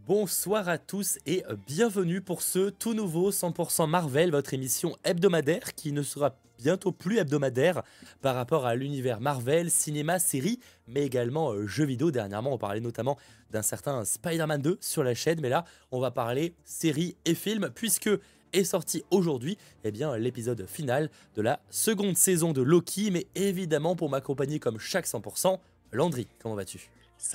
Bonsoir à tous et bienvenue pour ce tout nouveau 100% Marvel, votre émission hebdomadaire qui ne sera bientôt plus hebdomadaire par rapport à l'univers Marvel, cinéma, série, mais également jeux vidéo. Dernièrement, on parlait notamment d'un certain Spider-Man 2 sur la chaîne, mais là, on va parler séries et films puisque est sorti aujourd'hui l'épisode final de la seconde saison de Loki, mais évidemment pour m'accompagner comme chaque 100%, Landry, comment vas-tu ?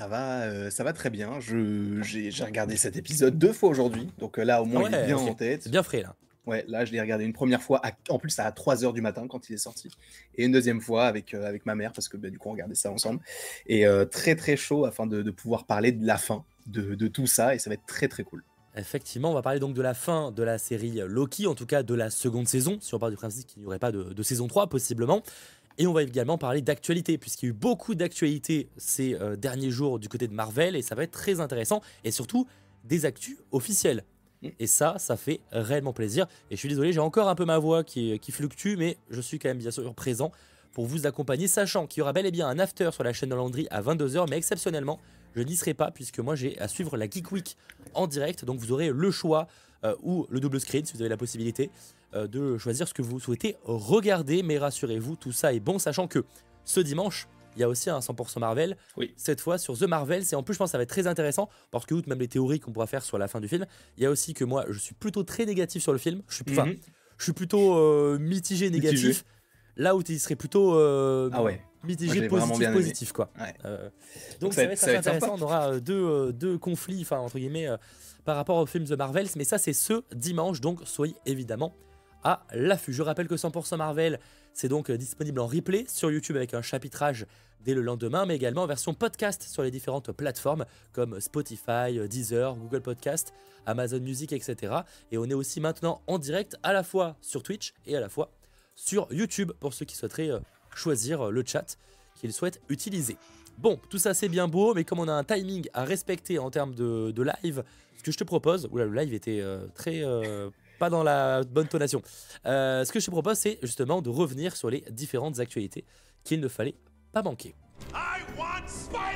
Ça va très bien. J'ai regardé cet épisode 2 fois aujourd'hui, donc là au Ah moins il est ouais, bien ok, en c'est tête. bien frais là. Ouais, là je l'ai regardé une première fois, en plus à 3 h du matin quand il est sorti, et une deuxième fois avec ma mère parce que du coup on regardait ça ensemble. Et très très chaud afin de pouvoir parler de la fin de tout ça, et ça va être très très cool. Effectivement, on va parler donc de la fin de la série Loki, en tout cas de la seconde saison, si on part du principe qu'il n'y aurait pas de saison 3 possiblement. Et on va également parler d'actualité, puisqu'il y a eu beaucoup d'actualités ces derniers jours du côté de Marvel, et ça va être très intéressant, et surtout des actus officielles. Mm. Et ça fait réellement plaisir. Et je suis désolé, j'ai encore un peu ma voix qui fluctue, mais je suis quand même bien sûr présent pour vous accompagner, sachant qu'il y aura bel et bien un after sur la chaîne de Landry à 22 h, mais exceptionnellement, je n'y serai pas, puisque moi j'ai à suivre la Geek Week en direct, donc vous aurez le choix ou le double screen si vous avez la possibilité de choisir ce que vous souhaitez regarder. Mais rassurez-vous, tout ça est bon, sachant que ce dimanche, il y a aussi un 100% Marvel, Oui. cette fois sur The Marvels, et en plus je pense que ça va être très intéressant, parce que outre même les théories qu'on pourra faire sur la fin du film, il y a aussi que moi je suis plutôt très négatif sur le film, Mhm. je suis plutôt mitigé négatif, Mitigé. là où tu serais plutôt Ah ouais, moi je mitigé l'ai vraiment bien aimé. positif quoi. Ouais. Donc ça ça va va être, être ça assez va être sympa. intéressant, on aura deux conflits, enfin entre guillemets, par rapport au film The Marvels, mais ça c'est ce dimanche, donc soyez évidemment à l'affût. Je rappelle que 100% Marvel, c'est donc disponible en replay sur YouTube avec un chapitrage dès le lendemain, mais également en version podcast sur les différentes plateformes comme Spotify, Deezer, Google Podcast, Amazon Music, etc. Et on est aussi maintenant en direct à la fois sur Twitch et à la fois sur YouTube pour ceux qui souhaiteraient choisir le chat qu'ils souhaitent utiliser. Bon, tout ça c'est bien beau, mais comme on a un timing à respecter en termes de live, ce que je te propose, oula le live était très pas dans la bonne tonation, ce que je te propose c'est justement de revenir sur les différentes actualités qu'il ne fallait pas manquer. I want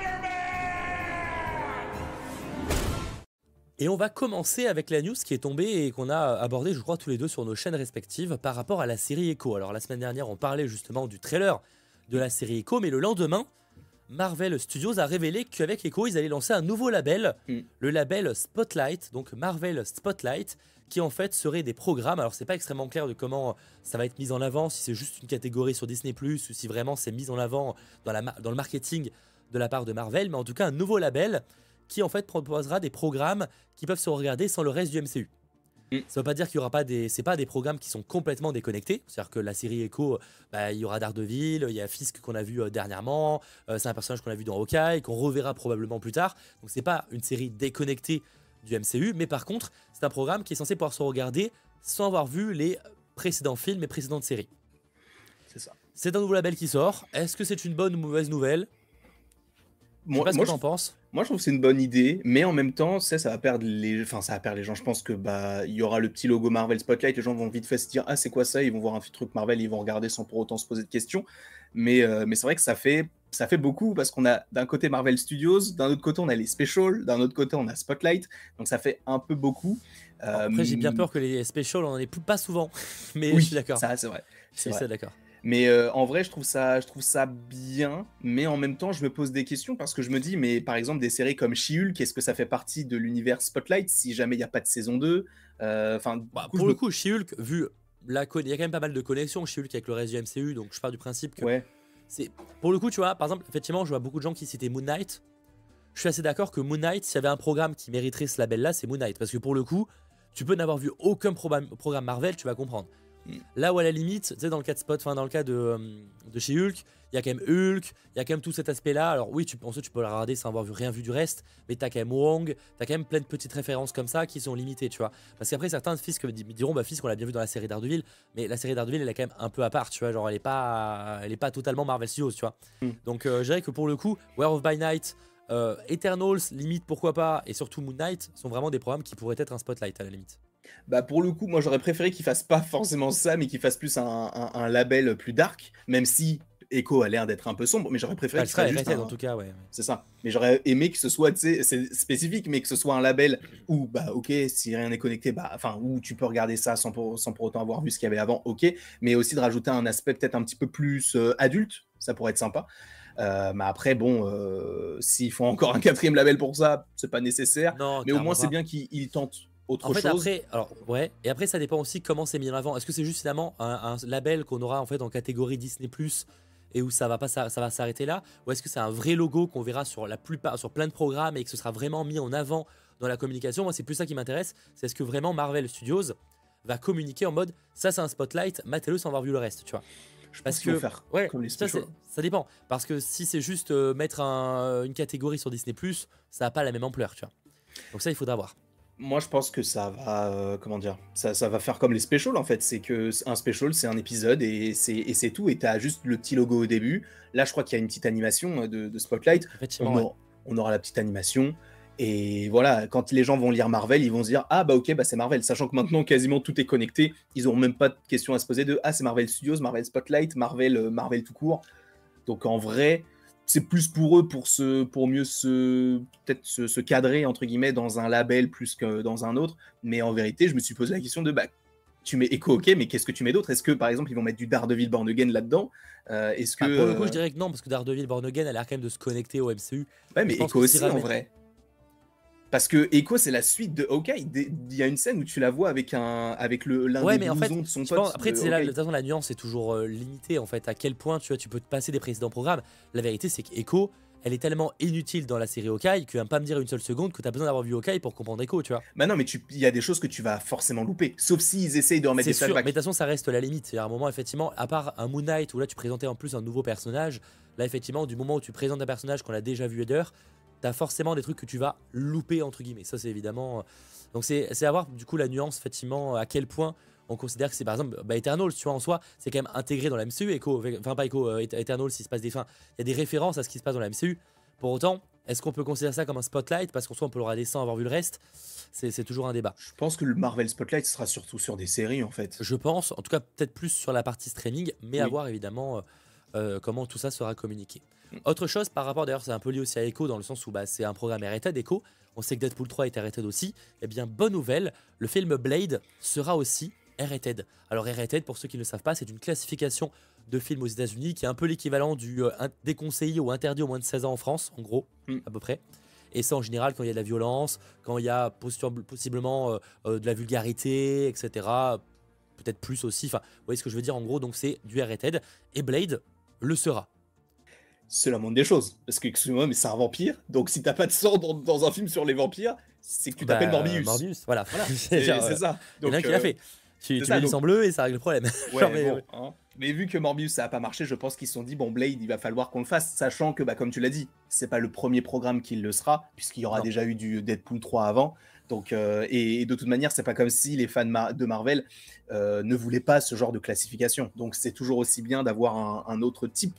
Spider-Man! Et on va commencer avec la news qui est tombée et qu'on a abordée je crois tous les deux sur nos chaînes respectives par rapport à la série Echo. Alors la semaine dernière on parlait justement du trailer de la série Echo, mais le lendemain Marvel Studios a révélé qu'avec Echo, ils allaient lancer un nouveau label, le label Spotlight, donc Marvel Spotlight, qui en fait serait des programmes. Alors c'est pas extrêmement clair de comment ça va être mis en avant, si c'est juste une catégorie sur Disney+, ou si vraiment c'est mis en avant dans le marketing de la part de Marvel, mais en tout cas un nouveau label qui en fait proposera des programmes qui peuvent se regarder sans le reste du MCU. Ça veut pas dire qu'il y aura pas c'est pas des programmes qui sont complètement déconnectés. C'est-à-dire que la série Echo, il y aura Daredevil, il y a Fisk qu'on a vu dernièrement, c'est un personnage qu'on a vu dans Hawkeye, qu'on reverra probablement plus tard. Donc c'est pas une série déconnectée du MCU, mais par contre, c'est un programme qui est censé pouvoir se regarder sans avoir vu les précédents films et précédentes séries. C'est ça. C'est un nouveau label qui sort. Est-ce que c'est une bonne ou mauvaise nouvelle ? Je sais pas ce que t'en penses. Moi, je trouve que c'est une bonne idée, mais en même temps, ça va perdre ça va perdre les gens. Je pense que il y aura le petit logo Marvel Spotlight, les gens vont vite fait se dire ah c'est quoi ça, ils vont voir un truc Marvel, ils vont regarder sans pour autant se poser de questions. Mais c'est vrai que ça fait beaucoup parce qu'on a d'un côté Marvel Studios, d'un autre côté on a les specials, d'un autre côté on a Spotlight, donc ça fait un peu beaucoup. Après j'ai bien peur que les specials on en ait pas souvent, mais oui, je suis d'accord. ça c'est vrai. Je suis d'accord. Mais en vrai, je trouve ça bien, mais en même temps, je me pose des questions parce que je me dis, mais par exemple, des séries comme She-Hulk, est-ce que ça fait partie de l'univers Spotlight si jamais il n'y a pas de saison 2 Pour le coup, She-Hulk, il y a quand même pas mal de connexions She-Hulk avec le reste du MCU, donc je pars du principe que ouais. c'est. Pour le coup, tu vois, par exemple, effectivement, je vois beaucoup de gens qui citaient Moon Knight. Je suis assez d'accord que Moon Knight, s'il y avait un programme qui mériterait ce label-là, c'est Moon Knight, parce que pour le coup, tu peux n'avoir vu aucun programme Marvel, tu vas comprendre. Là où à la limite, tu sais, dans le cas de dans le cas de chez Hulk, il y a quand même Hulk, il y a quand même tout cet aspect-là. Alors oui, ensuite tu peux la regarder sans avoir rien vu du reste, mais t'as quand même Wong, t'as quand même plein de petites références comme ça qui sont limitées, tu vois. Parce qu'après certains Fisk diront, bah Fisk on l'a bien vu dans la série Daredevil, mais la série Daredevil elle est quand même un peu à part, tu vois, genre elle est pas totalement Marvel Studios, tu vois. Donc je dirais que pour le coup, Werewolf by Night, Eternals, limite pourquoi pas, et surtout Moon Knight sont vraiment des programmes qui pourraient être un spotlight à la limite. Pour le coup, moi j'aurais préféré qu'ils fassent pas forcément ça, mais qu'ils fassent plus un label plus dark, même si Echo a l'air d'être un peu sombre, mais j'aurais préféré Elle que ce sera soit juste Rated en tout cas, ouais. c'est ça. Mais j'aurais aimé que ce soit, tu sais, c'est spécifique, mais que ce soit un label où, bah, ok, si rien n'est connecté, bah, enfin, où tu peux regarder ça sans pour autant avoir vu ce qu'il y avait avant, ok. Mais aussi de rajouter un aspect peut-être un petit peu plus adulte, ça pourrait être sympa. Mais après, bon, s'ils font encore un quatrième label pour ça, c'est pas nécessaire. Non, Mais au moins, carrément c'est pas. bien qu'ils tentent autre En fait, chose. après, alors, ouais, et après, ça dépend aussi comment c'est mis en avant. Est-ce que c'est juste finalement un label qu'on aura en fait en catégorie Disney Plus et où ça va pas, ça va s'arrêter là, ou est-ce que c'est un vrai logo qu'on verra sur la plupart, sur plein de programmes et que ce sera vraiment mis en avant dans la communication? Moi, c'est plus ça qui m'intéresse. C'est est-ce que vraiment Marvel Studios va communiquer en mode ça, c'est un spotlight, matez-le sans avoir vu le reste, tu vois? Je Parce pense qu'ils vont que, faire ouais, comme les ça, specials. ça dépend. Parce que si c'est juste mettre une catégorie sur Disney Plus, ça n'a pas la même ampleur, tu vois. Donc ça, il faudra voir. Moi, je pense que ça va, comment dire, ça va faire comme les specials en fait. C'est que un special, c'est un épisode et c'est tout. Et t'as juste le petit logo au début. Là, je crois qu'il y a une petite animation de Spotlight. Effectivement, ouais. On aura la petite animation. Et voilà, quand les gens vont lire Marvel, ils vont se dire ah bah ok, bah c'est Marvel. Sachant que maintenant quasiment tout est connecté, ils n'auront même pas de questions à se poser de ah c'est Marvel Studios, Marvel Spotlight, Marvel tout court. Donc en vrai, c'est plus pour eux pour mieux peut-être se cadrer entre guillemets dans un label plus que dans un autre. Mais en vérité, je me suis posé la question de bah tu mets Echo, ok, mais qu'est-ce que tu mets d'autre? Est-ce que par exemple ils vont mettre du Daredevil Born Again là-dedans? Est-ce que Bah, pour le coup, je dirais que non, parce que Daredevil Born Again a l'air quand même de se connecter au MCU. ouais, Et mais je pense Echo que si aussi en ramène... vrai. Parce que Echo, c'est la suite de Hawkeye. Il y a une scène où tu la vois avec l'un Ouais, des mais en fait, blousons de son je pense, pote après, de c'est là, de Hawkeye. toute façon, la nuance est toujours limitée, en fait, à quel point tu peux te passer des précédents programmes. La vérité, c'est qu'Echo, elle est tellement inutile dans la série Hawkeye que ne pas me dire une seule seconde que tu as besoin d'avoir vu Hawkeye pour comprendre Echo, tu vois. Bah non, mais il y a des choses que tu vas forcément louper. Sauf s'ils essayent de remettre C'est des sûr, mais de flashbacks. toute façon, ça reste la limite. C'est à un moment, effectivement, à part un Moon Knight où là, tu présentais en plus un nouveau personnage, là, effectivement, du moment où tu présentes un personnage qu'on a déjà vu ailleurs, t'as forcément des trucs que tu vas louper, entre guillemets. Ça, c'est évidemment. Donc, c'est à voir, du coup, la nuance, effectivement, à quel point on considère que c'est, par exemple, bah, Eternals, tu vois, en soi, c'est quand même intégré dans la MCU. Echo, enfin, pas Echo, Eternals, s'il se passe des fins. Il y a des références à ce qui se passe dans la MCU. Pour autant, est-ce qu'on peut considérer ça comme un spotlight? Parce qu'en soi, on peut le regarder sans avoir vu le reste. C'est toujours un débat. Je pense que le Marvel Spotlight sera surtout sur des séries en fait. Je pense, en tout cas, peut-être plus sur la partie streaming, mais à Oui. voir évidemment comment tout ça sera communiqué. Mm. Autre chose par rapport, d'ailleurs, c'est un peu lié aussi à Echo dans le sens où bah, c'est un programme rated Echo. On sait que Deadpool 3 est rated aussi. Eh bien, bonne nouvelle, le film Blade sera aussi rated. Alors, rated, pour ceux qui ne le savent pas, c'est une classification de films aux États-Unis qui est un peu l'équivalent du déconseillé ou interdit au moins de 16 ans en France, en gros, à peu près. Et ça, en général, quand il y a de la violence, quand il y a possiblement de la vulgarité, etc. Peut-être plus aussi. Enfin, vous voyez ce que je veux dire en gros. Donc, c'est du rated. Et Blade le sera. C'est la moindre des choses. Parce que, excuse-moi, mais c'est un vampire. Donc si t'as pas de sang dans un film sur les vampires, c'est que tu t'appelles Morbius. Morbius, voilà. Voilà, C'est c'est ça. Il y en a un Donc, qui l'a fait. Tu ça, mets du donc- sang bleu et ça règle le problème. ouais, Genre, mais, bon, ouais. hein. Mais vu que Morbius ça a pas marché, je pense qu'ils se sont dit bon Blade, il va falloir qu'on le fasse, sachant que bah comme tu l'as dit, c'est pas le premier programme qui le sera, puisqu'il y aura Non. déjà eu du Deadpool 3 avant. Donc et de toute manière, c'est pas comme si les fans de Marvel ne voulaient pas ce genre de classification. Donc c'est toujours aussi bien d'avoir un autre type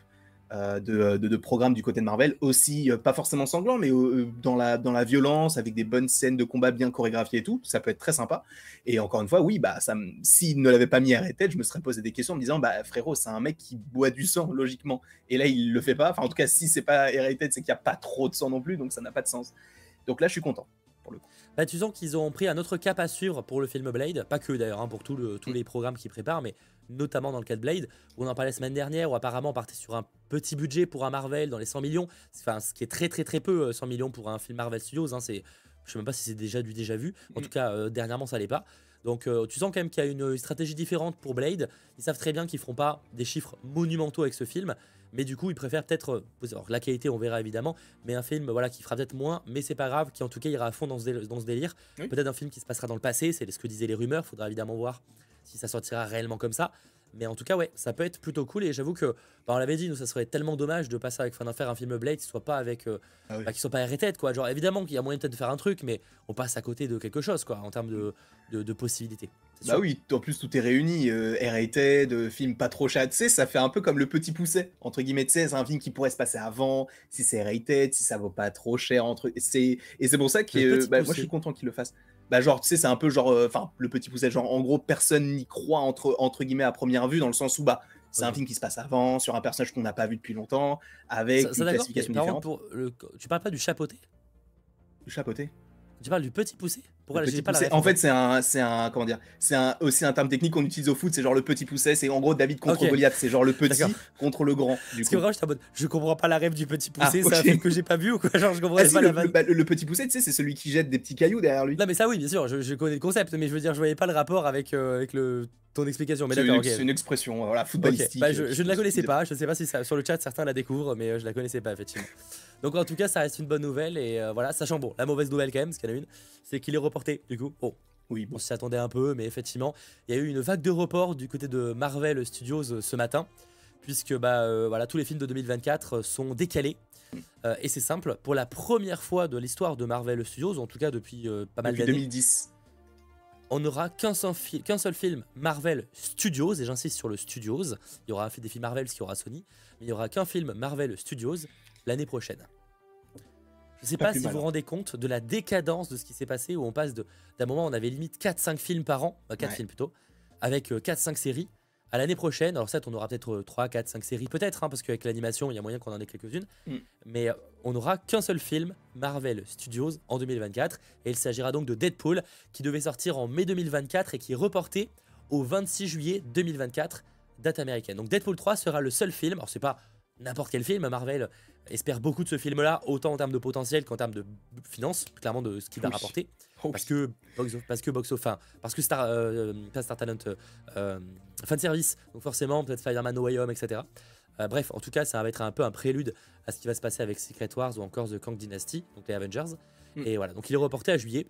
de programme du côté de Marvel, aussi pas forcément sanglant, mais dans la violence, avec des bonnes scènes de combat bien chorégraphiées et tout, ça peut être très sympa. Et encore une fois, oui, bah s'il ne l'avait pas mis à Rated, je me serais posé des questions en me disant, bah frérot, c'est un mec qui boit du sang, logiquement. Et là, il le fait pas. Enfin, en tout cas, si c'est pas Rated, c'est qu'il n'y a pas trop de sang non plus, donc ça n'a pas de sens. Donc là, je suis content, pour le coup. Bah, tu sens qu'ils ont pris un autre cap à suivre pour le film Blade, pas que d'ailleurs, hein, pour tous les programmes qu'ils préparent, mais notamment dans le cas de Blade, où on en parlait la semaine dernière, où apparemment on partait sur un petit budget pour un Marvel dans les 100 millions, enfin, ce qui est très très très peu, 100 millions pour un film Marvel Studios, hein, je sais même pas si c'est déjà vu, en tout cas dernièrement ça l'est pas. Donc tu sens quand même qu'il y a une stratégie différente pour Blade, ils savent très bien qu'ils feront pas des chiffres monumentaux avec ce film, mais du coup ils préfèrent peut-être, alors, la qualité on verra évidemment, mais un film voilà, qui fera peut-être moins, mais c'est pas grave, qui en tout cas ira à fond dans ce délire. Oui. Peut-être un film qui se passera dans le passé, c'est ce que disaient les rumeurs, faudra évidemment voir si ça sortira réellement comme ça. Mais en tout cas, ouais, ça peut être plutôt cool. Et j'avoue que, bah, on l'avait dit, nous, ça serait tellement dommage de passer avec, enfin, d'en faire un film Blade qui soit pas avec, Ah oui. qui soit pas rated, quoi. Genre, évidemment qu'il y a moyen peut-être de faire un truc, mais on passe à côté de quelque chose, quoi, en termes de possibilités. C'est Bah sûr. oui, en plus tout est réuni, R-rated, film pas trop chat, tu sais, ça fait un peu comme Le Petit Pousset, entre guillemets, tu sais, c'est un film qui pourrait se passer avant, si c'est R-rated, si ça vaut pas trop cher, et c'est pour ça Le que Petit bah, moi je Poussé. suis content qu'il le fasse. Bah genre, tu sais, c'est un peu genre, enfin, Le Petit Pousset, genre, en gros, personne n'y croit, entre guillemets, à première vue, dans le sens où, bah, C'est un Ok. film qui se passe avant, sur un personnage qu'on n'a pas vu depuis longtemps, avec Ça une d'accord, mais classification par contre, différente. pour tu parles pas du chapeauté? Du chapeauté. Tu parles du petit poussé? Le Pourquoi là, j'ai petit pas la pousset. ref En en fait, fait. comment dire, aussi un terme technique qu'on utilise au foot. C'est genre le petit pousset. C'est en gros David contre Ok, Goliath. C'est genre le d'accord. petit contre le grand, du Parce que coup. vraiment, j'étais en mode, je comprends pas la rêve du petit Ah, poussé, c'est un ok. film que j'ai pas vu ou quoi? Genre, je Ah comprenais si, pas la vanne. le petit pousset, tu sais, c'est celui qui jette des petits cailloux derrière lui. Non, mais ça, oui, bien sûr, je connais le concept, mais je veux dire, je voyais pas le rapport avec ton explication. Mais d'accord, ok. C'est une expression, voilà, Ok, bah, footballistique je qui ne la connaissais s'utilise. pas. Je sais pas si sur le chat certains la découvrent, mais je la connaissais pas, effectivement. Donc, en tout cas, ça reste une bonne nouvelle. Et voilà, sachant, bon, la mauvaise nouvelle quand même, parce qu'il y en a une, c'est qu'il est reporté, du coup. Bon, Oui, on bon. s'y attendait un peu, mais effectivement, il y a eu une vague de reports du côté de Marvel Studios ce matin, puisque voilà, tous les films de 2024 sont décalés. Et c'est simple, pour la première fois de l'histoire de Marvel Studios, en tout cas depuis pas mal Depuis d'années, 2010. on n'aura qu'un seul film Marvel Studios, et j'insiste sur le Studios. Il y aura des films Marvel parce qu'il y aura Sony, mais il n'y aura qu'un film Marvel Studios l'année prochaine. Je ne sais Pas pas plus si mal, vous vous hein. rendez compte de la décadence de ce qui s'est passé, où on passe d'un moment où on avait limite 4-5 films par an, 4 Ouais. films plutôt, avec 4-5 séries, à l'année prochaine. Alors certes, on aura peut-être 3, 4, 5 séries peut-être, hein, parce qu'avec l'animation, il y a moyen qu'on en ait quelques-unes, Mm. mais on n'aura qu'un seul film Marvel Studios en 2024, et il s'agira donc de Deadpool, qui devait sortir en mai 2024 et qui est reporté au 26 juillet 2024, date américaine. Donc Deadpool 3 sera le seul film, alors c'est pas n'importe quel film, Marvel espère beaucoup de ce film-là, autant en termes de potentiel qu'en termes de finances, clairement de ce qu'il va Oui. rapporter. Oh, Parce que parce que pas Star Talent, fan service, donc forcément peut-être Spider-Man No Way Home, etc. Bref, en tout cas, ça va être un peu un prélude à ce qui va se passer avec Secret Wars ou encore The Kang Dynasty, donc les Avengers. Mm. Et voilà, donc il est reporté à juillet.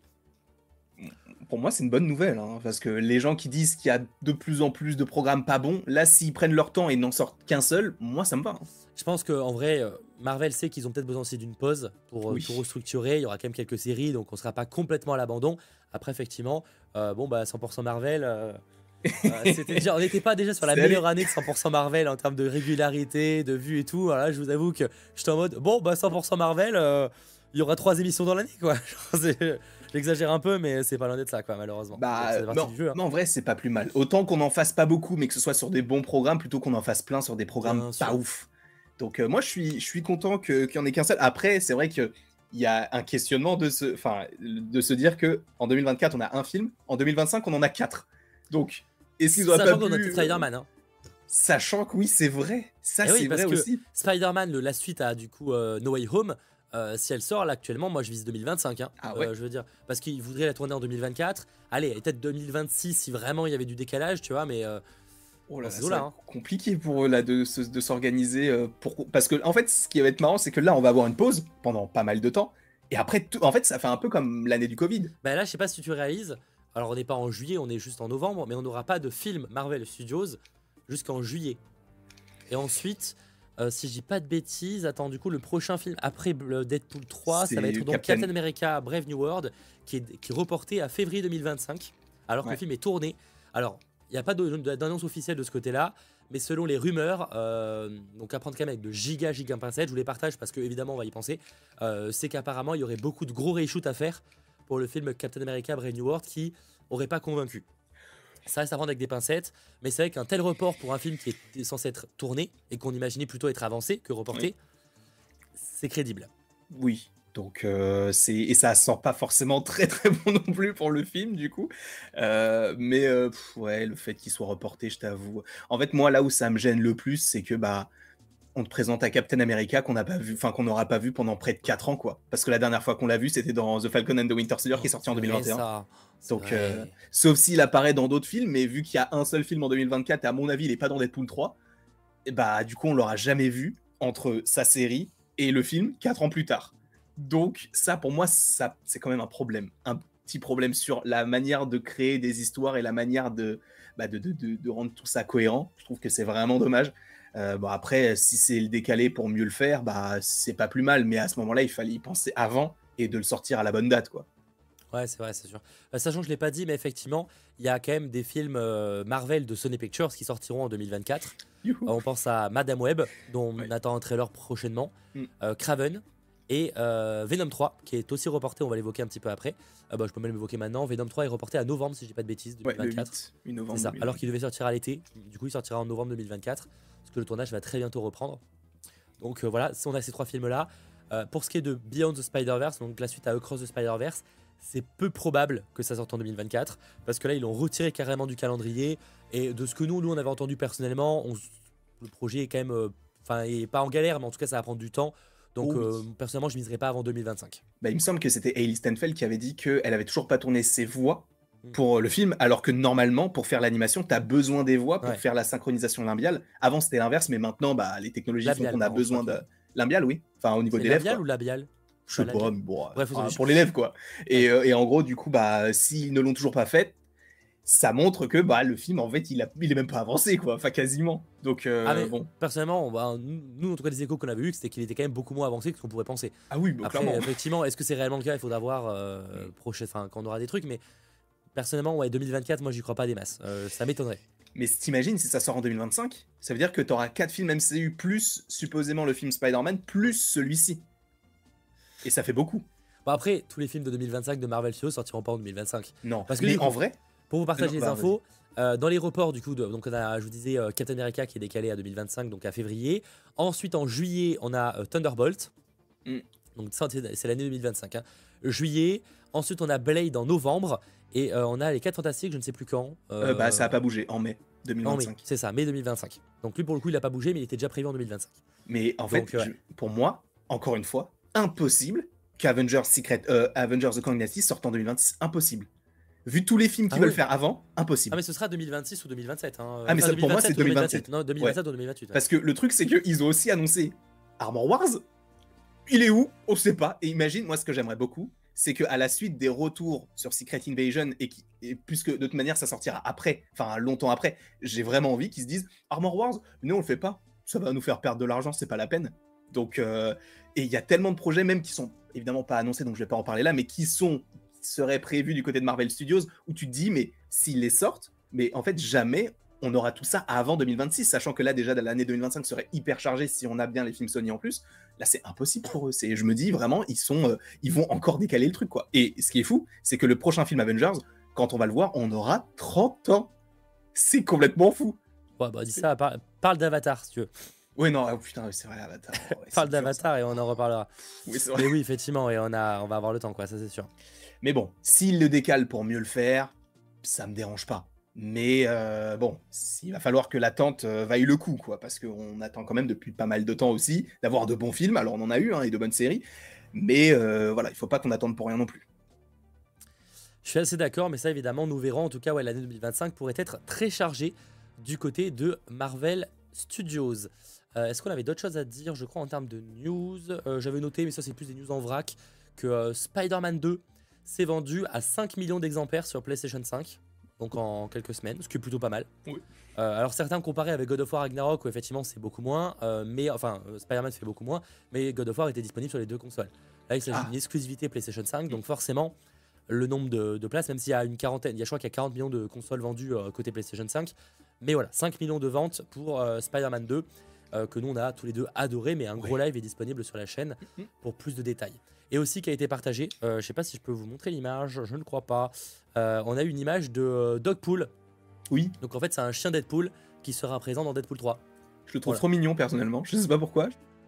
Pour moi, c'est une bonne nouvelle, hein, parce que les gens qui disent qu'il y a de plus en plus de programmes pas bons, là, s'ils prennent leur temps et n'en sortent qu'un seul, moi, ça me va, hein. Je pense qu'en vrai, Marvel sait qu'ils ont peut-être besoin aussi d'une pause pour Oui. tout restructurer. Il y aura quand même quelques séries, donc on sera pas complètement à l'abandon. Après, effectivement, 100% Marvel. On n'était pas déjà sur la C'est meilleure allé. année de 100% Marvel en termes de régularité, de vues et tout. Alors là, je vous avoue que j'étais en mode 100% Marvel, il y aura 3 émissions dans l'année, quoi. J'exagère un peu, mais c'est pas loin d'être ça, quoi, malheureusement. Bah, C'est partie non, du jeu, hein. non, en vrai, c'est pas plus mal. Autant qu'on en fasse pas beaucoup, mais que ce soit sur des bons programmes, plutôt qu'on en fasse plein sur des programmes Bien pas sûr. ouf. Donc, moi, je suis content qu'il y en ait qu'un seul. Après, c'est vrai qu'il y a un questionnement de se dire que en 2024, on a un film, en 2025, on en a 4. Donc, est-ce qu'ils auraient pas Sachant qu'on a pu. peut-être Spider-Man, hein. Sachant que oui, c'est vrai. Ça, Et oui, c'est parce vrai que aussi. Spider-Man, la suite à du coup No Way Home, si elle sort là actuellement, moi je vise 2025, hein, Ah ouais. je veux dire, parce qu'ils voudraient la tourner en 2024. Allez, peut-être 2026 si vraiment il y avait du décalage, tu vois, mais Oh là dans là, ces ça eaux-là, va hein. être compliqué pour eux là de s'organiser parce que en fait ce qui va être marrant c'est que là on va avoir une pause pendant pas mal de temps et après en fait ça fait un peu comme l'année du Covid. Bah là, je sais pas si tu réalises, alors on n'est pas en juillet, on est juste en novembre, mais on n'aura pas de film Marvel Studios jusqu'en juillet. Et ensuite, si je dis pas de bêtises, attends, du coup, le prochain film après le Deadpool 3, ça va être C'est donc Captain America Brave New World, qui est reporté à février 2025, alors que le Ouais. film est tourné. Alors, il n'y a pas d'annonce officielle de ce côté-là, mais selon les rumeurs, donc à prendre quand même avec de giga pincettes, je vous les partage parce que évidemment on va y penser, c'est qu'apparemment il y aurait beaucoup de gros reshoots à faire pour le film Captain America Brave New World qui aurait pas convaincu. Ça reste à prendre avec des pincettes, mais c'est vrai qu'un tel report pour un film qui est censé être tourné et qu'on imaginait plutôt être avancé que reporté, Oui. c'est crédible. Oui. Donc et ça sent pas forcément très très bon non plus pour le film du coup. Mais ouais, le fait qu'il soit reporté, je t'avoue. En fait, moi là où ça me gêne le plus, c'est que bah on te présente un Captain America qu'on n'a pas vu, enfin qu'on n'aura pas vu pendant près de 4 ans quoi. Parce que la dernière fois qu'on l'a vu, c'était dans The Falcon and the Winter Soldier qui est sorti en C'est vrai 2021. ça, c'est Donc, vrai. sauf s'il apparaît dans d'autres films, mais vu qu'il y a un seul film en 2024 et à mon avis il est pas dans Deadpool 3, et bah du coup on l'aura jamais vu entre sa série et le film 4 ans plus tard. Donc ça pour moi ça c'est quand même un problème, un petit problème sur la manière de créer des histoires et la manière de rendre tout ça cohérent. Je trouve que c'est vraiment dommage. Bon après si c'est le décalé pour mieux le faire, bah c'est pas plus mal, mais à ce moment-là il fallait y penser avant et de le sortir à la bonne date quoi. Ouais, c'est vrai, c'est sûr. Sachant que je l'ai pas dit, mais effectivement, il y a quand même des films Marvel de Sony Pictures qui sortiront en 2024. Youhou. On pense à Madame Web, dont Ouais. on attend un trailer prochainement, Mm. Kraven Et Venom 3 qui est aussi reporté, on va l'évoquer un petit peu après. Je peux même l'évoquer maintenant. Venom 3 est reporté à novembre si je dis pas de bêtises, 2024. Ouais, le 8 novembre. C'est ça, alors qu'il devait sortir à l'été. Du coup il sortira en novembre 2024 parce que le tournage va très bientôt reprendre. Donc voilà, si on a ces 3 films là. Pour ce qui est de Beyond the Spider-Verse, donc la suite à Across the Spider-Verse, c'est peu probable que ça sorte en 2024 parce que là ils l'ont retiré carrément du calendrier. Et de ce que nous on avait entendu personnellement, le projet est quand même, est pas en galère, mais en tout cas ça va prendre du temps. Donc personnellement je miserais pas avant 2025. Bah, il me semble que c'était Hailey Steinfeld qui avait dit qu'elle avait toujours pas tourné ses voix pour le film, alors que normalement pour faire l'animation tu as besoin des voix pour faire la synchronisation labiale. Avant c'était l'inverse, mais maintenant les technologies font qu'on a besoin de lambial, oui, enfin au niveau des lèvres. Labial ou labial? Je sais pas, mais bon, bref, pour l'élève quoi. Et en gros du coup s'ils ne l'ont toujours pas fait, ça montre que le film en fait il est même pas avancé quoi, enfin quasiment. Donc bon. Personnellement, nous en tout cas les échos qu'on avait eu, c'était qu'il était quand même beaucoup moins avancé que ce qu'on pourrait penser. Ah oui, après, clairement. Effectivement, est-ce que c'est réellement le cas? Il faudra voir quand on aura des trucs, mais personnellement 2024, moi j'y crois pas des masses. Ça m'étonnerait. Mais t'imagines si ça sort en 2025, ça veut dire que t'auras 4 films MCU plus supposément le film Spider-Man plus celui-ci. Et ça fait beaucoup. Après, tous les films de 2025 de Marvel Studios sortiront pas en 2025. Non, parce que mais en vrai, pour vous partager les infos, dans les reports du coup, donc on a, je vous disais, Captain America qui est décalé à 2025, donc à février. Ensuite en juillet, on a Thunderbolt. Donc ça c'est l'année 2025. Juillet. Ensuite on a Blade en novembre. Et on a les 4 Fantastiques, je ne sais plus quand. Ça a pas bougé, en mai 2025. En mai, c'est ça, mai 2025. Donc lui pour le coup il a pas bougé, mais il était déjà prévu en 2025. Mais en fait, pour moi, encore une fois, impossible qu'Avengers The Kang Dynasty sorte en 2026. Impossible. Vu tous les films qu'ils veulent faire avant, impossible. Ah mais ce sera 2026 ou 2027. Mais ça, pour moi c'est 2027. Non, 2027 ou 2028. Parce que le truc c'est qu'ils ont aussi annoncé Armor Wars. Il est où? On sait pas. Et imagine, moi ce que j'aimerais beaucoup, c'est qu'à la suite des retours sur Secret Invasion, et puisque de toute manière ça sortira après, enfin longtemps après, j'ai vraiment envie qu'ils se disent Armor Wars, nous on le fait pas, ça va nous faire perdre de l'argent, c'est pas la peine. Donc, et il y a tellement de projets même qui sont évidemment pas annoncés, donc je vais pas en parler là, mais qui seraient prévus du côté de Marvel Studios, où tu te dis, mais s'ils les sortent, mais en fait jamais on aura tout ça avant 2026, sachant que là déjà l'année 2025 serait hyper chargée si on a bien les films Sony en plus. Là c'est impossible pour eux. Je me dis vraiment ils vont encore décaler le truc quoi. Et ce qui est fou, c'est que le prochain film Avengers, quand on va le voir, on aura 30 ans. C'est complètement fou. Ouais, dis ça, parle d'Avatar si tu veux. Oui non, putain c'est vrai Avatar. Ouais, parle d'Avatar et on en reparlera. Oui, c'est vrai. Mais oui effectivement, et on va avoir le temps quoi, ça c'est sûr. Mais bon, s'ils le décalent pour mieux le faire, ça me dérange pas. Mais bon, il va falloir que l'attente vaille le coup, quoi, parce qu'on attend quand même depuis pas mal de temps aussi d'avoir de bons films. Alors on en a eu et de bonnes séries, mais voilà, il faut pas qu'on attende pour rien non plus. Je suis assez d'accord, mais ça évidemment nous verrons. En tout cas, l'année 2025 pourrait être très chargée du côté de Marvel Studios. Est-ce qu'on avait d'autres choses à dire, je crois, en termes de news? J'avais noté, mais ça c'est plus des news en vrac, que Spider-Man 2 s'est vendu à 5 millions d'exemplaires sur PlayStation 5. Donc en quelques semaines, ce qui est plutôt pas mal. Oui. Alors certains comparaient avec God of War Ragnarok où effectivement c'est beaucoup moins, Spider-Man fait beaucoup moins, mais God of War était disponible sur les 2 consoles. Là il s'agit d'une exclusivité PlayStation 5, donc forcément le nombre de places, même s'il y a une quarantaine, je crois qu'il y a 40 millions de consoles vendues côté PlayStation 5, mais voilà, 5 millions de ventes pour Spider-Man 2, que nous on a tous les deux adoré, mais un gros live est disponible sur la chaîne pour plus de détails. Et aussi qui a été partagé, je sais pas si je peux vous montrer l'image, je ne crois pas. On a eu une image de Dogpool. Oui. Donc en fait c'est un chien Deadpool qui sera présent dans Deadpool 3. Je le trouve trop mignon personnellement, je sais pas pourquoi.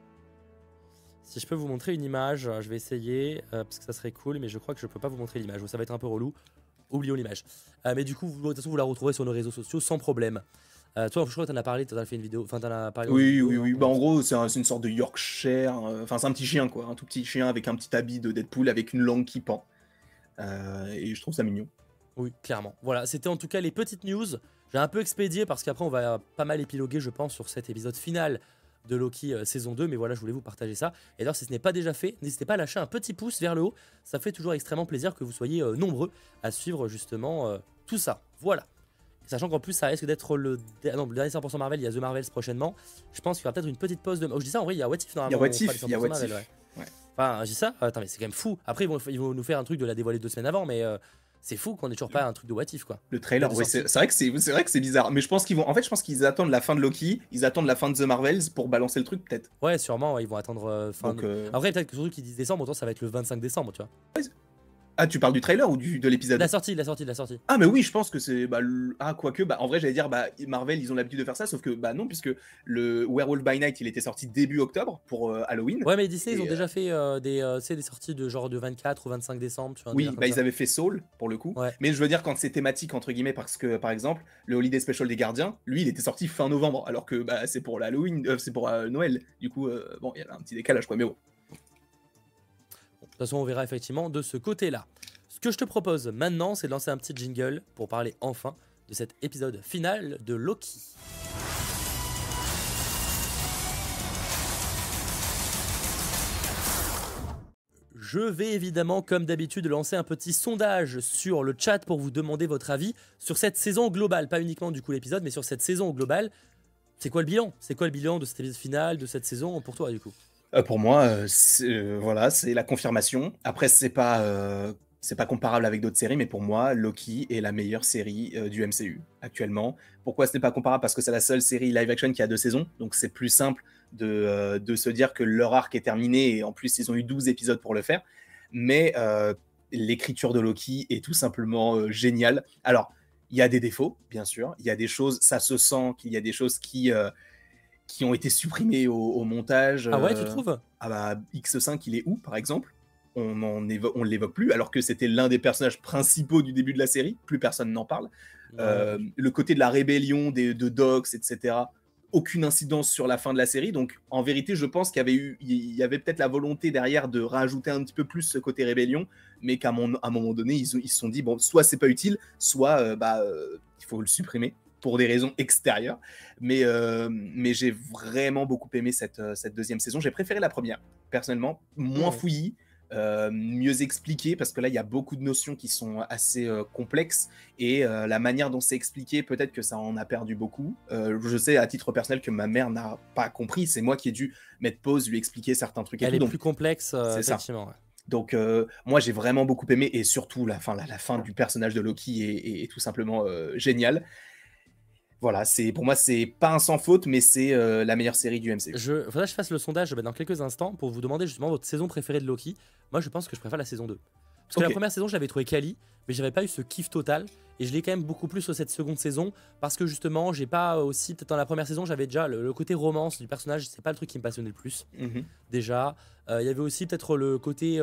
Si je peux vous montrer une image, je vais essayer, parce que ça serait cool, mais je crois que je peux pas vous montrer l'image, ça va être un peu relou. Oublions l'image. Mais du coup, de toute façon vous la retrouverez sur nos réseaux sociaux sans problème. Toi, je crois que t'en as parlé, t'en as fait une vidéo, enfin t'en as parlé. Oui. En gros, c'est une sorte de Yorkshire, enfin c'est un petit chien quoi, un tout petit chien avec un petit habit de Deadpool avec une langue qui pend. Et je trouve ça mignon. Oui, clairement. Voilà, c'était en tout cas les petites news. J'ai un peu expédié parce qu'après on va pas mal épiloguer, je pense, sur cet épisode final de Loki saison 2, mais voilà, je voulais vous partager ça. Et d'ailleurs, si ce n'est pas déjà fait, n'hésitez pas à lâcher un petit pouce vers le haut, ça fait toujours extrêmement plaisir que vous soyez nombreux à suivre justement tout ça. Voilà. Sachant qu'en plus ça risque d'être le dernier 100% Marvel, il y a The Marvels prochainement. Je pense qu'il y aura peut-être une petite pause de... Oh, je dis ça, en vrai il y a What If normalement. Il y a What If. Ouais. Enfin je dis ça, attends mais c'est quand même fou. Après ils vont nous faire un truc de la dévoiler 2 semaines avant, mais c'est fou qu'on ait toujours pas un truc de what if, quoi. Le trailer, Date de oui, sortie. c'est vrai que c'est bizarre. Mais je pense qu'ils vont. En fait, je pense qu'ils attendent la fin de Loki, ils attendent la fin de The Marvels pour balancer le truc, peut-être. Ouais, sûrement, ouais, ils vont attendre fin. Donc, Après, peut-être que surtout qu'ils disent décembre, autant ça va être le 25 décembre, tu vois. Ah, tu parles du trailer ou de l'épisode? La sortie. Ah, mais oui, je pense que c'est. Bah, ah, quoique, bah, en vrai, j'allais dire, bah, Marvel, ils ont l'habitude de faire ça, sauf que, bah, non, puisque le Werewolf by Night, il était sorti début octobre pour Halloween. Ouais, mais Disney, ils ont Et, déjà fait des sorties de genre de 24 ou 25 décembre, tu vois. un Oui, délire comme bah, ça. ils avaient fait Soul pour le coup. Ouais. Mais je veux dire, quand c'est thématique, entre guillemets, parce que, par exemple, le Holiday Special des Gardiens, lui, il était sorti fin novembre, alors que bah, c'est pour l'Halloween, c'est pour Noël. Du coup, bon, il y a un petit décalage, quoi, mais bon. De toute façon, on verra effectivement de ce côté-là. Ce que je te propose maintenant, c'est de lancer un petit jingle pour parler enfin de cet épisode final de Loki. Je vais évidemment, comme d'habitude, lancer un petit sondage sur le chat pour vous demander votre avis sur cette saison globale. Pas uniquement du coup l'épisode, mais sur cette saison globale. C'est quoi le bilan? C'est quoi le bilan de cet épisode final, de cette saison pour toi du coup? Pour moi, voilà, c'est la confirmation. Après, c'est pas comparable avec d'autres séries, mais pour moi, Loki est la meilleure série du MCU actuellement. Pourquoi ce n'est pas comparable? Parce que c'est la seule série live action qui a 2 saisons, donc c'est plus simple de se dire que leur arc est terminé, et en plus, ils ont eu 12 épisodes pour le faire. Mais l'écriture de Loki est tout simplement géniale. Alors, il y a des défauts, bien sûr. Il y a des choses, ça se sent qu'il y a des choses qui ont été supprimées au montage. Ah ouais, tu trouves? Ah bah, X5, il est où, par exemple? On ne l'évoque plus, alors que c'était l'un des personnages principaux du début de la série. Plus personne n'en parle. Ouais. Le côté de la rébellion de Dox, etc. Aucune incidence sur la fin de la série. Donc, en vérité, je pense il y avait peut-être la volonté derrière de rajouter un petit peu plus ce côté rébellion, mais qu'à un moment donné, ils se sont dit, bon, soit c'est pas utile, soit il faut le supprimer pour des raisons extérieures. Mais j'ai vraiment beaucoup aimé cette deuxième saison. J'ai préféré la première, personnellement. Moins fouillis, mieux expliqué, parce que là, il y a beaucoup de notions qui sont assez complexes. Et la manière dont c'est expliqué, peut-être que ça en a perdu beaucoup. Je sais, à titre personnel, que ma mère n'a pas compris. C'est moi qui ai dû mettre pause, lui expliquer certains trucs. Elle est donc, plus complexe, c'est ça. effectivement. Ouais. Donc moi j'ai vraiment beaucoup aimé, et surtout la fin du personnage de Loki est tout simplement géniale. Voilà, pour moi c'est pas un sans faute, mais c'est la meilleure série du MCU. Faudrait que je fasse le sondage dans quelques instants pour vous demander justement votre saison préférée de Loki. Moi je pense que je préfère la saison 2. Parce que la première saison je l'avais trouvé quali, mais j'avais pas eu ce kiff total. Et je l'ai quand même beaucoup plus sur cette seconde saison, parce que justement j'ai pas aussi, peut-être dans la première saison j'avais déjà le côté romance du personnage, c'est pas le truc qui me passionnait le plus. Déjà, il y avait aussi peut-être le côté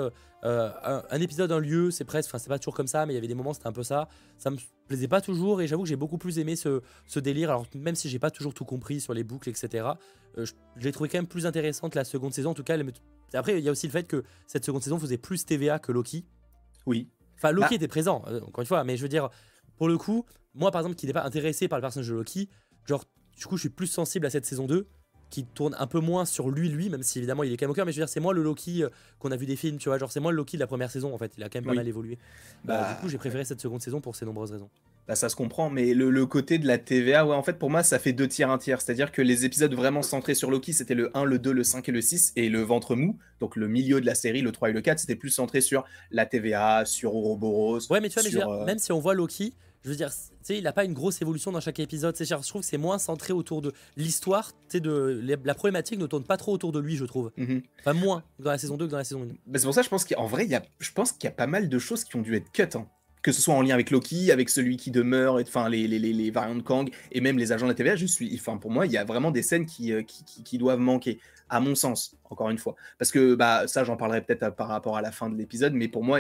un épisode, un lieu, c'est presque, enfin c'est pas toujours comme ça, mais il y avait des moments c'était un peu ça. Ça me plaisait pas toujours, et j'avoue que j'ai beaucoup plus aimé ce délire. Alors même si j'ai pas toujours tout compris sur les boucles, etc. Je l'ai trouvé quand même plus intéressante la seconde saison. En tout cas, après il y a aussi le fait que cette seconde saison faisait plus TVA que Loki. Oui. Enfin Loki était présent, encore une fois, mais je veux dire, pour le coup, moi par exemple qui n'étais pas intéressé par le personnage de Loki, genre du coup je suis plus sensible à cette saison 2 qui tourne un peu moins sur lui, même si évidemment il est quand même au cœur, mais je veux dire c'est moi le Loki qu'on a vu des films, tu vois, genre c'est moi le Loki de la première saison en fait, il a quand même pas mal évolué. Du coup j'ai préféré cette seconde saison pour ces nombreuses raisons. Bah ça se comprend, mais le côté de la TVA, ouais, en fait pour moi ça fait 2 tiers, 1 tiers, c'est-à-dire que les épisodes vraiment centrés sur Loki c'était le 1, le 2, le 5 et le 6, et le ventre mou, donc le milieu de la série, le 3 et le 4, c'était plus centré sur la TVA, sur Ouroboros. Ouais mais tu vois, même si on voit Loki, je veux dire, tu sais, il n'a pas une grosse évolution dans chaque épisode. Je trouve que c'est moins centré autour de l'histoire. Tu sais, la problématique ne tourne pas trop autour de lui, je trouve. Enfin, moins dans la saison 2 que dans la saison 1. Bah, c'est pour ça, je pense qu'en vrai, je pense qu'il y a pas mal de choses qui ont dû être cut. Hein. Que ce soit en lien avec Loki, avec celui qui demeure, enfin les variants de Kang, et même les agents de la TVA. Pour moi, il y a vraiment des scènes qui doivent manquer, à mon sens, encore une fois. Parce que bah, ça, j'en parlerai peut-être par rapport à la fin de l'épisode, mais pour moi,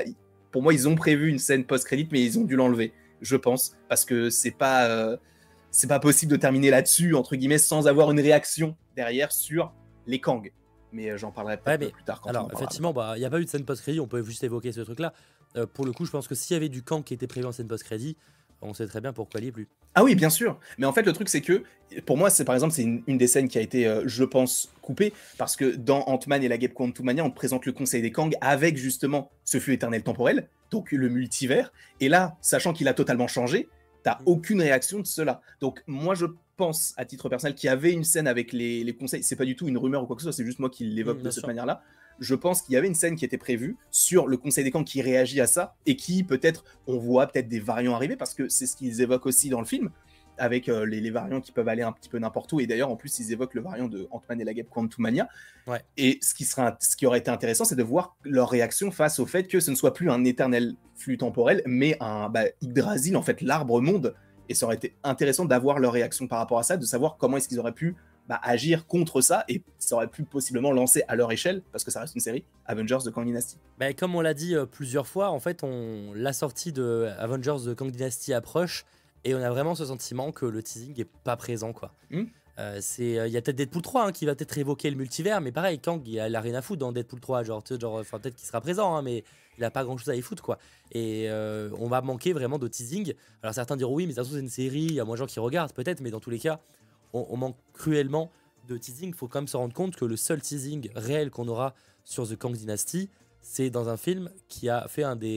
ils ont prévu une scène post-crédit, mais ils ont dû l'enlever. Je pense, parce que c'est pas possible de terminer là-dessus, entre guillemets, sans avoir une réaction derrière sur les Kang. Mais j'en parlerai peut-être plus tard. Alors, effectivement, il n'y a pas eu de scène post-crédit, on peut juste évoquer ce truc-là. Pour le coup, je pense que s'il y avait du Kang qui était prévu en scène post-crédit, on sait très bien pourquoi il n'y est plus. Ah oui, bien sûr. Mais en fait, le truc, c'est que, pour moi, par exemple, c'est une des scènes qui a été, je pense, coupée, parce que dans Ant-Man et la Guêpe Quantumania, on te présente le Conseil des Kang avec, justement, ce flux éternel temporel, donc le multivers. Et là, sachant qu'il a totalement changé, t'as aucune réaction de cela. Donc, moi, je pense, à titre personnel, qu'il y avait une scène avec les conseils. C'est pas du tout une rumeur ou quoi que ce soit, c'est juste moi qui l'évoque de cette manière-là. je pense qu'il y avait une scène qui était prévue sur le Conseil des camps qui réagit à ça et qui peut-être, on voit peut-être des variants arriver parce que c'est ce qu'ils évoquent aussi dans le film avec les variants qui peuvent aller un petit peu n'importe où. Et d'ailleurs, en plus, ils évoquent le variant de Ant-Man et la guêpe Quantumania. Ouais. Et ce qui aurait été intéressant, c'est de voir leur réaction face au fait que ce ne soit plus un éternel flux temporel, mais un Yggdrasil, en fait, l'arbre monde. Et ça aurait été intéressant d'avoir leur réaction par rapport à ça, de savoir comment est-ce qu'ils auraient pu agir contre ça, et ça aurait pu possiblement lancer à leur échelle, parce que ça reste une série, Avengers de Kang Dynasty. Comme on l'a dit plusieurs fois, en fait, la sortie de Avengers de Kang Dynasty approche, et on a vraiment ce sentiment que le teasing est pas présent, quoi. Il y a peut-être Deadpool 3 qui va peut-être évoquer le multivers, mais pareil, Kang, il a rien à foutre dans Deadpool 3, peut-être qu'il sera présent, mais il a pas grand-chose à y foutre, quoi. Et on va manquer vraiment de teasing. Alors certains diront oui, mais ça se trouve c'est une série, il y a moins de gens qui regardent, peut-être, mais dans tous les cas, on manque cruellement de teasing. Il faut quand même se rendre compte que le seul teasing réel qu'on aura sur The Kang Dynasty, c'est dans un film qui a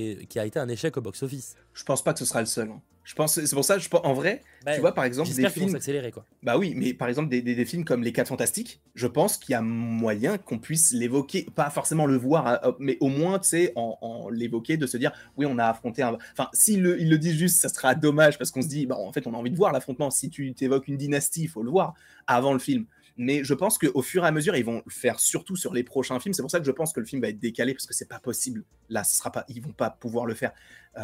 été un échec au box-office. Je pense pas que ce sera le seul. Je pense, c'est pour ça, en vrai, tu vois, par exemple, des films... vont s'accélérer, quoi. Bah oui, mais par exemple, des films comme Les 4 Fantastiques, je pense qu'il y a moyen qu'on puisse l'évoquer, pas forcément le voir, mais au moins, tu sais, en l'évoquer, de se dire, oui, on a affronté un... Enfin, s'ils le disent juste, ça sera dommage, parce qu'on se dit, en fait, on a envie de voir l'affrontement. Si tu t'évoques une dynastie, il faut le voir avant le film. Mais je pense qu'au fur et à mesure, ils vont le faire surtout sur les prochains films. C'est pour ça que je pense que le film va être décalé, parce que c'est pas possible. Là, ils vont pas pouvoir le faire.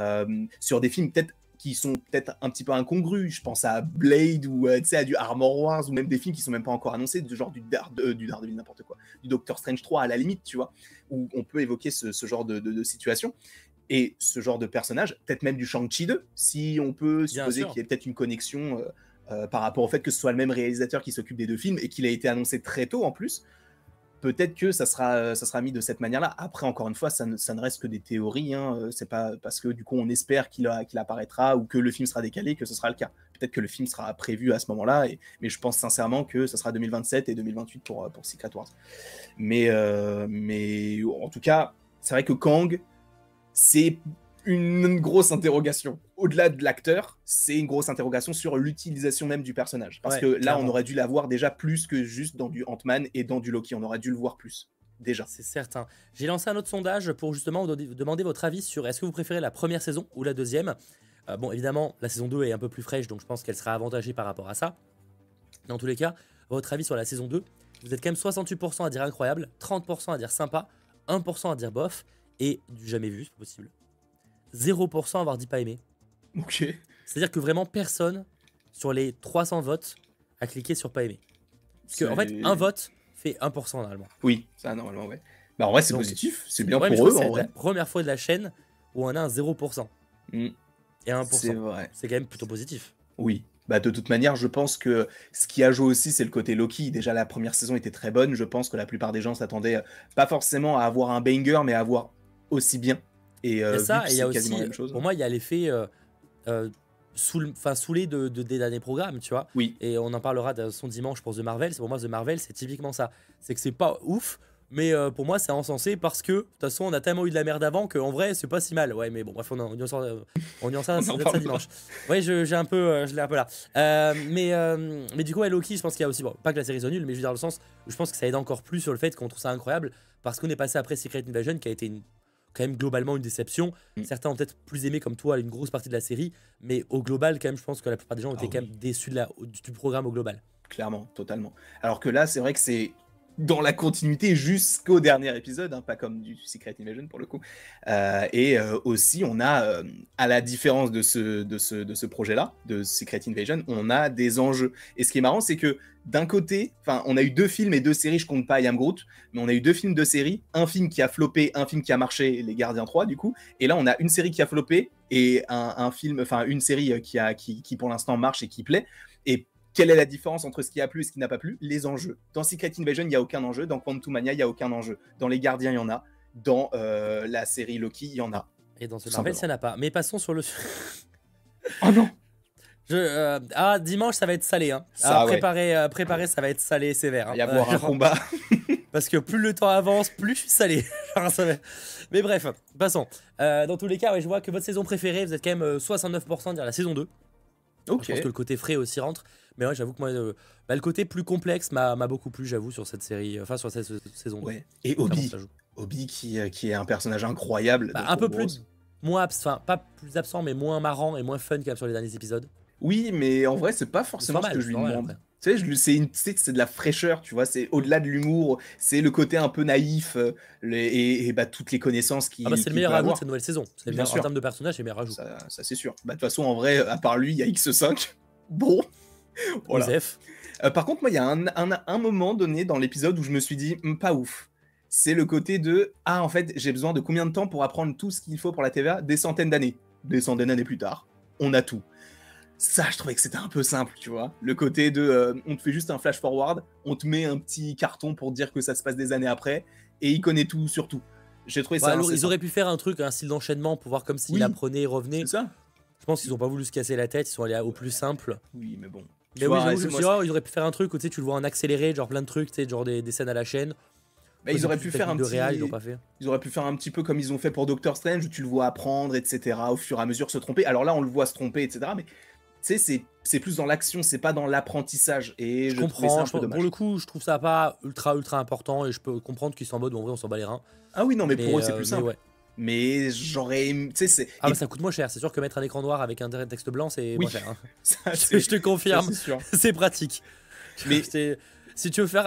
Sur des films peut-être qui sont peut-être un petit peu incongrus. Je pense à Blade ou à du Armor Wars, ou même des films qui sont même pas encore annoncés, du genre du Daredevil, n'importe quoi, du Doctor Strange 3 à la limite, tu vois, où on peut évoquer ce genre de situation. Et ce genre de personnage, peut-être même du Shang-Chi 2, si on peut supposer qu'il y ait peut-être une connexion par rapport au fait que ce soit le même réalisateur qui s'occupe des deux films et qu'il a été annoncé très tôt en plus. Peut-être que ça sera mis de cette manière-là. Après, encore une fois, ça ne reste que des théories. C'est pas parce que du coup on espère qu'il apparaîtra ou que le film sera décalé que ce sera le cas. Peut-être que le film sera prévu à ce moment-là, mais je pense sincèrement que ça sera 2027 et 2028 pour Secret Wars. Mais en tout cas, c'est vrai que Kang, c'est une grosse interrogation. Au-delà de l'acteur, c'est une grosse interrogation sur l'utilisation même du personnage. Parce que là, clairement, on aurait dû l'avoir déjà plus que juste dans du Ant-Man et dans du Loki. On aurait dû le voir plus, déjà. C'est certain. J'ai lancé un autre sondage pour justement vous demander votre avis sur est-ce que vous préférez la première saison ou la deuxième. Bon, évidemment, la saison 2 est un peu plus fraîche, donc je pense qu'elle sera avantagée par rapport à ça. Dans tous les cas, votre avis sur la saison 2, vous êtes quand même 68% à dire incroyable, 30% à dire sympa, 1% à dire bof, et du jamais vu, c'est pas possible. 0% à avoir dit pas aimé. Ok. C'est-à-dire que vraiment personne sur les 300 votes a cliqué sur pas aimé. Parce qu'en fait, un vote fait 1% normalement. Oui, ça normalement, ouais. En vrai, c'est positif, c'est bien pour eux. C'est la première fois de la chaîne où on a un 0%. Et 1%. C'est vrai. C'est quand même plutôt positif. Oui. De toute manière, je pense que ce qui a joué aussi, c'est le côté Loki. Déjà, la première saison était très bonne. Je pense que la plupart des gens s'attendaient pas forcément à avoir un banger, mais à avoir aussi bien. Et ça, il y a aussi, pour moi, il y a l'effet saoulé des derniers programmes, tu vois. Oui. Et on en parlera de son dimanche pour The Marvel. Pour moi, The Marvel, c'est typiquement ça. C'est que c'est pas ouf, mais pour moi, c'est encensé parce que, de toute façon, on a tellement eu de la merde avant qu'en vrai, c'est pas si mal. Ouais, mais bon, bref, on y en sort ça dimanche. Ouais, je l'ai un peu là. Mais du coup, Loki, je pense qu'il y a aussi, bon, pas que la série soit nulle, mais je veux dire, dans le sens où je pense que ça aide encore plus sur le fait qu'on trouve ça incroyable parce qu'on est passé après Secret Invasion qui a été quand même globalement une déception. Certains ont peut-être plus aimé comme toi une grosse partie de la série, mais au global quand même je pense que la plupart des gens étaient quand même déçus du programme au global. Clairement, totalement. Alors que là c'est vrai que c'est dans la continuité jusqu'au dernier épisode, pas comme du Secret Invasion pour le coup. Et aussi on a, à la différence de ce projet-là, de Secret Invasion, on a des enjeux. Et ce qui est marrant, c'est que d'un côté, on a eu 2 films et 2 séries, je compte pas I Am Groot, mais on a eu 2 films, 2 séries, un film qui a floppé, un film qui a marché, Les Gardiens 3 du coup, et là on a une série qui a floppé et une série qui pour l'instant marche et qui plaît. Et quelle est la différence entre ce qui a plu et ce qui n'a pas plu? Les enjeux. Dans Secret Invasion, il n'y a aucun enjeu. Dans Quantumania, il n'y a aucun enjeu. Dans Les Gardiens, il y en a. Dans la série Loki, il y en a. Et dans ce Marvel, ça n'a pas. Mais passons sur le... Oh non. Dimanche, ça va être salé. Préparez, ça va être salé sévère. Il va y avoir un combat. Parce que plus le temps avance, plus je suis salé. Mais bref, passons. Dans tous les cas, je vois que votre saison préférée, vous êtes quand même 69% à dire la saison 2. Okay. Je pense que le côté frais aussi rentre. Mais ouais, j'avoue que moi, le côté plus complexe m'a beaucoup plu, j'avoue, sur cette série, sur cette saison 2. Ouais. Et Obi. Obi qui est un personnage incroyable Bah, de un peu Ouroboros. enfin pas plus absent, mais moins marrant et moins fun quand même sur les derniers épisodes. Oui, mais en vrai, c'est pas Mais c'est forcément ce que normal, je c'est lui normal demande. après. Tu sais, c'est de la fraîcheur, tu vois, c'est au-delà de l'humour, c'est le côté un peu naïf, bah, toutes les connaissances Ah bah c'est le qu'il meilleur peut ajout de avoir. cette nouvelle saison. C'est le Bien meilleur, en sûr, termes de personnage, c'est le meilleur ajout. ça c'est sûr. Bah, de toute façon, en vrai, à part lui, il y a X5. Bon, voilà. Osef. Par contre, moi, il y a un moment donné dans l'épisode où je me suis dit: Pas ouf». C'est le côté de: «Ah, en fait, j'ai besoin de combien de temps pour apprendre tout ce qu'il faut pour la TVA? Des centaines d'années». Des centaines d'années plus tard, on a tout. Ça, je trouvais que c'était un peu simple, tu vois? Le côté de, on te fait juste un flash forward, on te met un petit carton pour dire que ça se passe des années après et il connaît tout sur tout. J'ai trouvé Bah, ça alors, ils incessant. auraient pu faire un truc, un style d'enchaînement pour voir comme s'il Oui, apprenait et revenait. c'est ça. Je pense qu'ils ont pas voulu se casser la tête, ils sont allés au plus simple. Oui, mais bon. Tu Mais oui, vois, j'avoue, je c'est me suis moi dit, oh, ils auraient pu faire un truc où tu sais, tu le vois en accéléré, genre plein de trucs, tu sais, genre des scènes à la chaîne. bah, Après, ils c'est auraient plus pu une faire technique un de réal, ils l'ont petit pas fait. ils auraient pu faire un petit peu comme ils ont fait pour Doctor Strange, où tu le vois apprendre, et cetera, au fur et à mesure se tromper. Alors là, on le voit se tromper, et cetera, mais tu sais, c'est plus dans l'action, c'est pas dans l'apprentissage et Je je trouvais ça comprends, un peu pour le dommage. coup, je trouve ça pas ultra important et je peux comprendre qu'ils sont en mode, bon, en vrai, on s'en bat les reins. Ah oui, non, mais pour eux, c'est plus Mais simple. ouais. Mais j'aurais aimé tu sais, c'est Ah bah et ça coûte moins cher, c'est sûr que mettre un écran noir avec un texte blanc, c'est moins oui, cher, hein. ça Je te ça confirme, c'est sûr. c'est pratique. Mais Si tu veux faire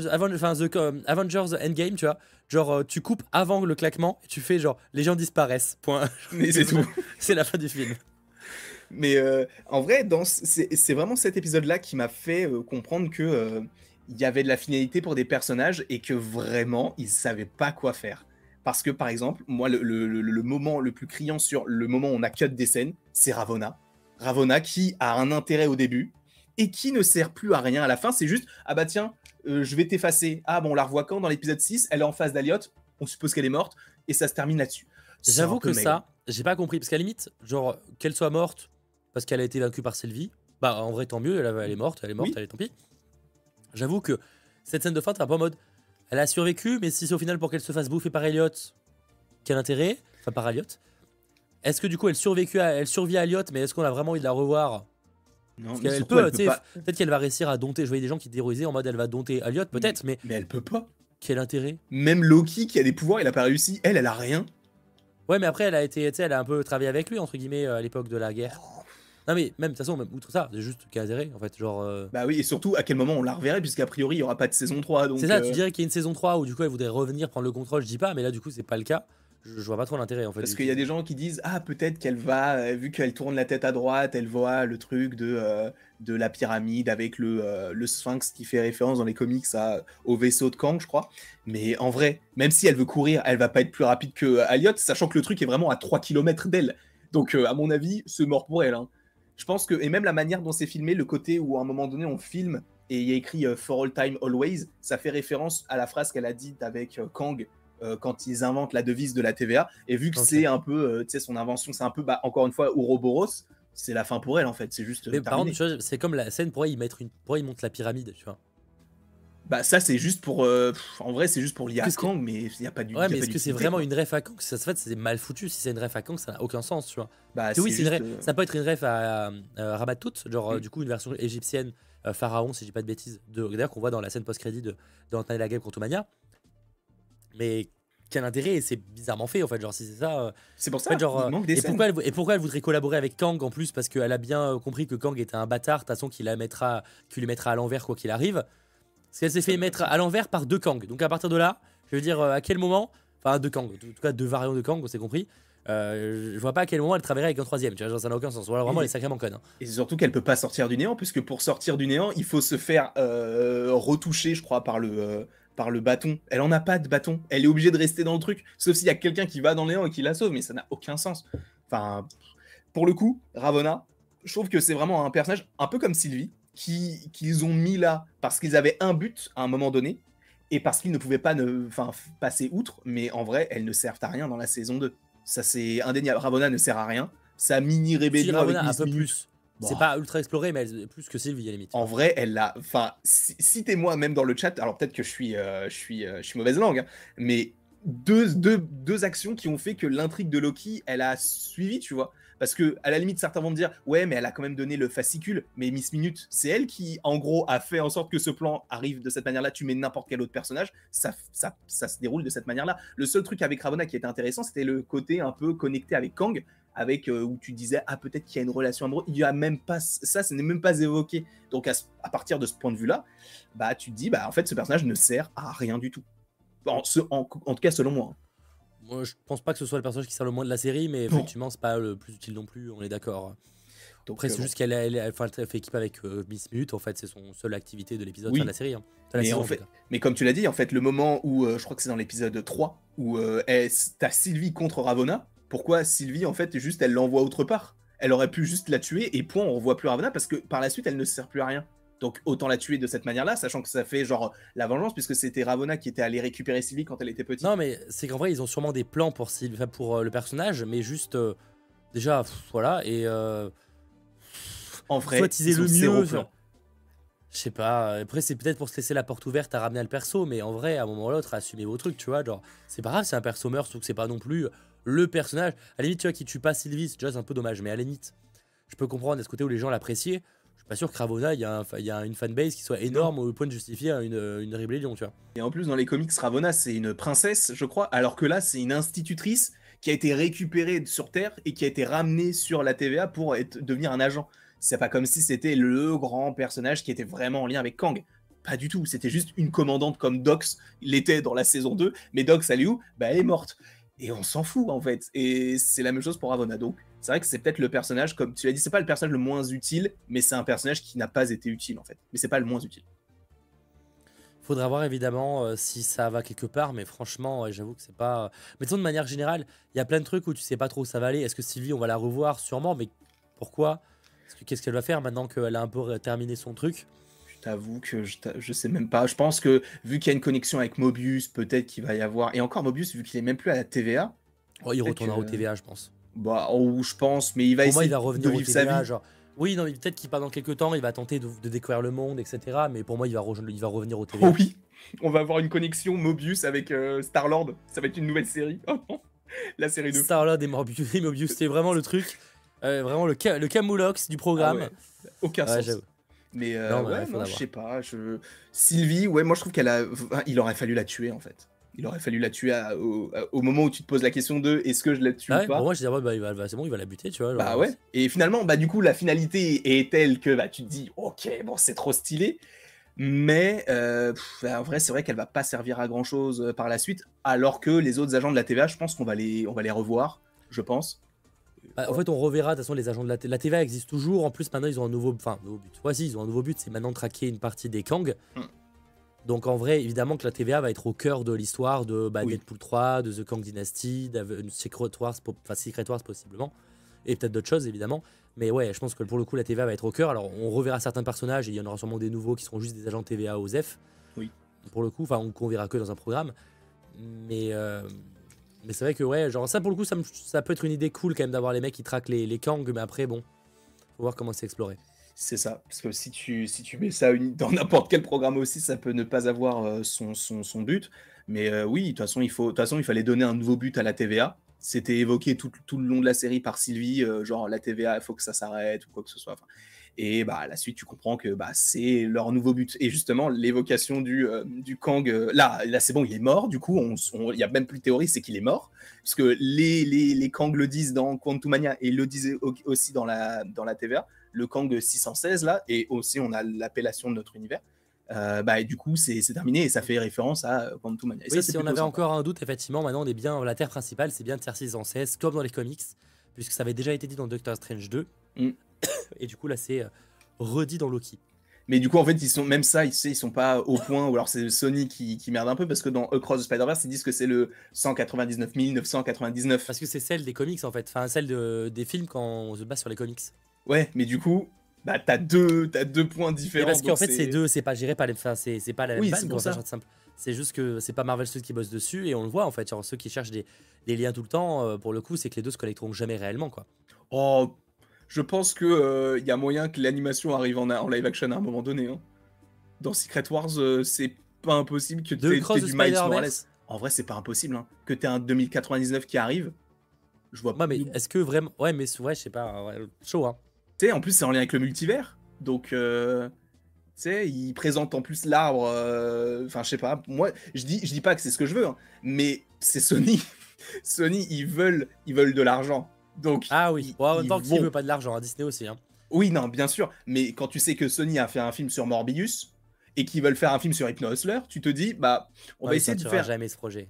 Avengers Endgame, tu vois, genre tu coupes avant le claquement et tu fais genre les gens disparaissent. Point. mais c'est tout. C'est la fin du film. Mais en vrai, c'est vraiment cet épisode-là qui m'a fait, comprendre que, il y avait de la finalité pour des personnages et que vraiment, ils savaient pas quoi faire. Parce que, par exemple, moi, le moment le plus criant sur le moment où on a cut des scènes, c'est Ravonna. Ravonna qui a un intérêt au début et qui ne sert plus à rien à la fin. C'est juste: «Ah bah tiens, je vais t'effacer. Ah bon, on la revoit quand? Dans l'épisode 6, elle est en face d'Aliot, on suppose qu'elle est morte» et ça se termine là-dessus. C'est un J'avoue peu que maigre. ça, j'ai pas compris. Parce qu'à la limite, genre, qu'elle soit morte parce qu'elle a été vaincue par Sylvie, bah en vrai, tant mieux, elle est morte, Oui, allez, tant pis. J'avoue que cette scène de fin, t'es un peu en mode, elle a survécu, mais si c'est au final pour qu'elle se fasse bouffer par Elliot, quel intérêt? Enfin, par Elliot. Est-ce que du coup, elle survit à Elliot, mais est-ce qu'on a vraiment envie de la revoir? non, Parce mais qu'elle surtout, elle peut, peut tu sais, pas peut-être qu'elle va réussir à dompter. Je voyais des gens qui théorisaient en mode elle va dompter Elliot, peut-être, mais mais elle peut pas. quel intérêt? Même Loki qui a des pouvoirs, il a pas réussi. Elle a rien. Ouais, mais après, elle a été, tu sais, elle a un peu travaillé avec lui, entre guillemets, à l'époque de la guerre. Non, mais même, de toute façon, même outre ça, c'est juste quel intérêt, en fait. Genre. Bah oui, et surtout, à quel moment on la reverrait, puisqu'a priori, il y aura pas de saison 3, C'est donc ça, tu dirais qu'il y a une saison 3 où du coup elle voudrait revenir prendre le contrôle, je dis pas, mais là du coup c'est pas le cas. Je vois pas trop l'intérêt en fait. parce qu'il y a des gens qui disent: «Ah, peut-être qu'elle va, vu qu'elle tourne la tête à droite, elle voit le truc de la pyramide avec le sphinx qui fait référence dans les comics au vaisseau de Kang, je crois». Mais en vrai, même si elle veut courir, elle va pas être plus rapide que Elliot, sachant que le truc est vraiment à 3 kilomètres d'elle. Donc à mon avis, c'est mort pour elle, hein. Je pense que et même la manière dont c'est filmé, le côté où à un moment donné on filme et il y a écrit, «For all time, always», ça fait référence à la phrase qu'elle a dite avec, Kang, quand ils inventent la devise de la TVA. Et vu que Ok. c'est un peu, tu sais, son invention, c'est un peu, bah, encore une fois, Ouroboros, c'est la fin pour elle, en fait. C'est juste Mais par contre, terminé. tu vois, c'est comme la scène pourrait y monter la pyramide, tu vois. Bah, ça, c'est juste pour. En vrai, c'est juste pour lier à Qu'est-ce que... Kang, mais il n'y a pas Ouais, mais est-ce que c'est d'utilité, vraiment quoi. une ref à Kang? Ça se fait, c'est mal foutu. Si c'est une ref à Kang, ça n'a aucun sens, tu vois. Bah, Que oui, c'est c'est une juste. ref... ça peut être une ref à Rabat-Tut, genre Hmm. du coup une version égyptienne, pharaon, si je dis pas de bêtises, d'ailleurs qu'on voit dans la scène post-crédit de Ant-Man et la Guêpe Quantumania. Mais quel intérêt? Et c'est bizarrement fait en fait, genre si c'est ça. C'est pour En fait, ça, genre, il manque des scènes. et pourquoi elle voudrait collaborer avec Kang en plus? Parce qu'elle a bien compris que Kang était un bâtard, de toute façon, qu'il lui mettra à l'envers quoi qu'il arrive. Parce qu'elle s'est Ça fait doit mettre être ça. à l'envers par deux Kang. Donc à partir de là, je veux dire, à quel moment. Enfin, deux Kang, en tout cas deux variants de Kang, on s'est compris. Je vois pas à quel moment elle travaillerait avec un troisième, tu vois, genre, ça n'a aucun sens. Ou alors vraiment, elle est Et, sacrément conne, hein. et c'est surtout qu'elle peut pas sortir du néant, puisque pour sortir du néant, il faut se faire retoucher, je crois, par le bâton. Elle en a pas de bâton. Elle est obligée de rester dans le truc, sauf s'il y a quelqu'un qui va dans le néant et qui la sauve, mais ça n'a aucun sens. Enfin, pour le coup, Ravonna, je trouve que c'est vraiment un personnage un peu comme Sylvie, qu'ils ont mis là parce qu'ils avaient un but à un moment donné, et parce qu'ils ne pouvaient pas passer outre, mais en vrai, elles ne servent à rien dans la saison 2. Ça, c'est indéniable. Ravonna ne sert à rien. Sa mini Si rébellion avec Ravonna un Miss peu Minute. plus. Bon, C'est pas ultra exploré, mais plus que Sylvie à la limite, tu en vois. vrai, elle l'a. Enfin, citez-moi même dans le chat. Alors peut-être que je suis mauvaise langue, hein, mais deux actions qui ont fait que l'intrigue de Loki, elle a suivi, tu vois. Parce que, à la limite, certains vont me dire, ouais, mais elle a quand même donné le fascicule. Mais Miss Minute, c'est elle qui, en gros, a fait en sorte que ce plan arrive de cette manière-là. Tu mets n'importe quel autre personnage, ça se déroule de cette manière-là. Le seul truc avec Ravonna qui était intéressant, c'était le côté un peu connecté avec Kang, avec où tu disais, ah, peut-être qu'il y a une relation amoureuse. Il y a même pas ça, ce n'est même pas évoqué. Donc, à partir de ce point de vue-là, bah, tu te dis, bah, en fait, ce personnage ne sert à rien du tout. En tout cas, selon moi. Moi, je pense pas que ce soit le personnage qui sert le moins de la série, mais effectivement, c'est pas le plus utile non plus, on est d'accord. Après, c'est juste qu'elle elle fait équipe avec Miss Minute, en fait, c'est son seule activité de l'épisode de la série. Hein. Mais comme tu l'as dit, en fait, le moment où, je crois que c'est dans l'épisode 3, où t'as Sylvie contre Ravonna, pourquoi Sylvie, en fait, juste, elle l'envoie autre part? Elle aurait pu juste la tuer, et point, on revoit plus Ravonna, parce que par la suite, elle ne sert plus à rien. Donc autant la tuer de cette manière-là, sachant que ça fait genre la vengeance, puisque c'était Ravonna qui était allée récupérer Sylvie quand elle était petite. Non, mais c'est qu'en vrai, ils ont sûrement des plans pour le personnage, mais juste déjà, voilà, et en vrai, soit teaser le mieux. Je sais pas, après c'est peut-être pour se laisser la porte ouverte à ramener le perso, mais en vrai, à un moment ou l'autre, assumez vos trucs, tu vois, genre, c'est pas grave, c'est un perso meurt, surtout que c'est pas non plus le personnage. À la limite, tu vois, qui tue pas Sylvie, c'est déjà un peu dommage, mais à la limite, je peux comprendre de ce côté où les gens l'appréciaient. Je suis pas sûr que Ravonna, il y a une fanbase qui soit énorme au point de justifier une rébellion, tu vois. Et en plus, dans les comics, Ravonna, c'est une princesse, je crois, alors que là, c'est une institutrice qui a été récupérée sur Terre et qui a été ramenée sur la TVA pour devenir un agent. C'est pas comme si c'était le grand personnage qui était vraiment en lien avec Kang. Pas du tout, c'était juste une commandante comme Dox l'était dans la saison 2, mais Dox, elle est où? Bah, elle est morte. Et on s'en fout, en fait. Et c'est la même chose pour Ravonna. Donc, c'est vrai que c'est peut-être le personnage, comme tu l'as dit, c'est pas le personnage le moins utile, mais c'est un personnage qui n'a pas été utile, en fait. Mais c'est pas le moins utile. Faudra voir évidemment si ça va quelque part, mais franchement, j'avoue que c'est pas. Mais de manière générale, il y a plein de trucs où tu sais pas trop où ça va aller. Est-ce que Sylvie, on va la revoir? Sûrement, mais pourquoi? Qu'est-ce qu'elle va faire maintenant qu'elle a un peu terminé son truc? Je t'avoue que je sais même pas. Je pense que vu qu'il y a une connexion avec Mobius, peut-être qu'il va y avoir. Et encore Mobius, vu qu'il est même plus à la TVA. Oh, il retournera au TVA, je pense. Bah, oh, je pense, mais il va essayer il va revenir de vivre sa vie. Genre. Oui, non, mais peut-être qu'il pendant quelques temps, il va tenter de découvrir le monde, etc. Mais pour moi, il va revenir au TVA. Oh oui, on va avoir une connexion Mobius avec Star-Lord. Ça va être une nouvelle série. Oh non, la série de Star-Lord et Mobius, c'est vraiment le truc. Vraiment le Camoulox du programme. Ah ouais. Aucun sens. Mais non, je sais pas. Sylvie, ouais, moi je trouve il aurait fallu la tuer en fait. Il aurait fallu la tuer au moment où tu te poses la question de est-ce que je la tue ou pas. Pour moi, je disais, c'est bon, il va la buter, tu vois. Bah ouais. Et finalement, bah du coup, la finalité est telle que bah, tu te dis, ok, bon, c'est trop stylé. Mais en vrai, c'est vrai qu'elle va pas servir à grand chose par la suite. Alors que les autres agents de la TVA, je pense qu'on va les revoir, je pense. En fait, on reverra de toute façon les agents de la TVA existe toujours. En plus, maintenant, ils ont un nouveau but. Ouais, si, ils ont un nouveau but, c'est maintenant de traquer une partie des Kang. Donc en vrai, évidemment que la TVA va être au cœur de l'histoire de Deadpool 3, de The Kang Dynasty, de Secret Wars possiblement, et peut-être d'autres choses évidemment. Mais ouais, je pense que pour le coup, la TVA va être au cœur. Alors on reverra certains personnages et il y en aura sûrement des nouveaux qui seront juste des agents TVA aux F. Oui. Pour le coup, qu'on verra que dans un programme. Mais c'est vrai que ouais, genre ça pour le coup, ça peut être une idée cool quand même d'avoir les mecs qui traquent les Kang, mais après bon, faut voir comment c'est exploré. C'est ça, parce que si tu mets ça dans n'importe quel programme aussi, ça peut ne pas avoir son but. Mais oui, de toute façon, il fallait donner un nouveau but à la TVA. C'était évoqué tout le long de la série par Sylvie, genre la TVA, il faut que ça s'arrête ou quoi que ce soit. Et bah à la suite, tu comprends que bah, c'est leur nouveau but. Et justement, l'évocation du Kang, là c'est bon, il est mort. Du coup, il n'y a même plus de théorie, c'est qu'il est mort. Parce que les Kang le disent dans Quantumania et le disaient aussi dans la TVA. Le Kang 616 là, et aussi on a l'appellation de notre univers. Et du coup, c'est terminé et ça fait référence à Quantumania. Oui, si on avait encore un doute, effectivement, maintenant on est bien. La Terre principale, c'est bien Terre 616, comme dans les comics, puisque ça avait déjà été dit dans Doctor Strange 2. Et du coup, là, c'est redit dans Loki. Mais du coup, en fait, ils sont pas au point, ou alors c'est Sony qui merde un peu, parce que dans Across the Spider-Verse, ils disent que c'est le 199 999. Parce que c'est celle des comics, en fait. Enfin, celle des films quand on se base sur les comics. Ouais, mais du coup, bah, t'as deux points différents. Mais parce qu'en fait, c'est pas géré par les. Enfin, c'est pas la même base, c'est pour ça. Simple. C'est juste que c'est pas Marvel Studios qui bosse dessus, et on le voit, en fait. Genre, ceux qui cherchent des liens tout le temps, pour le coup, c'est que les deux se connecteront jamais réellement, quoi. Oh, je pense que y a moyen que l'animation arrive en live action à un moment donné. Hein. Dans Secret Wars, c'est pas impossible que tu aies du Miles Morales. en vrai, c'est pas impossible, hein. Que tu aies un 2099 qui arrive, je vois Ouais, pas. mais est-ce que vraiment. Ouais, mais ouais, je sais pas. Ouais, chaud, hein. Tu sais, en plus, c'est en lien avec le multivers. Donc, tu sais, il présente en plus l'arbre. Enfin, je sais pas. Moi, je dis pas que c'est ce que je veux, hein, mais c'est Sony. Sony, ils veulent de l'argent. Donc, Ah oui. ils, Bon, en même ils temps, qui vont. veut pas de l'argent, hein, Disney aussi, hein. Oui, non, bien sûr. Mais quand tu sais que Sony a fait un film sur Morbius et qu'ils veulent faire un film sur Hypno Hustler, tu te dis, bah, on Ouais, va il essayer de sortira faire. jamais ce projet.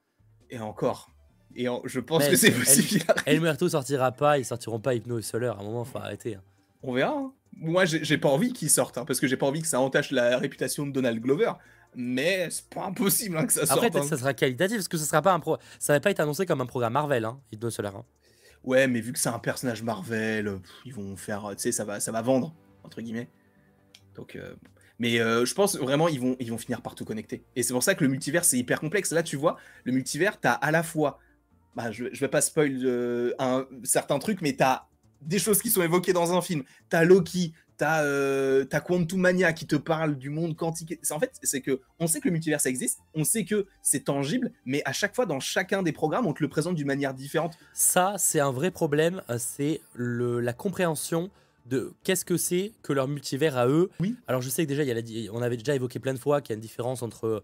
Et encore. Je pense que Mec, c'est possible qu'il El arrive. Muerto sortira pas, ils sortiront pas Hypno Solar. À un moment, faut arrêter, hein. On verra, hein. Moi, j'ai pas envie qu'il sorte, hein, parce que j'ai pas envie que ça entache la réputation de Donald Glover. Mais c'est pas impossible, hein, que ça Après, sorte, peut-être que hein. ça sera qualitatif, parce que ça sera pas un ça va pas être annoncé comme un programme Marvel, hein, Hypno Solar, hein. Ouais, mais vu que c'est un personnage Marvel, ils vont faire, tu sais, ça va vendre entre guillemets. Donc, mais je pense vraiment ils vont finir par tout connecter. Et c'est pour ça que le multivers c'est hyper complexe. Là, tu vois, le multivers, t'as à la fois, bah, je vais pas spoil un certain truc, mais t'as des choses qui sont évoquées dans un film. T'as Loki, t'as Quantum Mania qui te parle du monde quantique. En fait, c'est que on sait que le multivers ça existe, on sait que c'est tangible, mais à chaque fois dans chacun des programmes, on te le présente d'une manière différente. Ça, c'est un vrai problème, c'est la compréhension de qu'est-ce que c'est que leur multivers à eux. Oui. Alors je sais que déjà, on avait déjà évoqué plein de fois qu'il y a une différence entre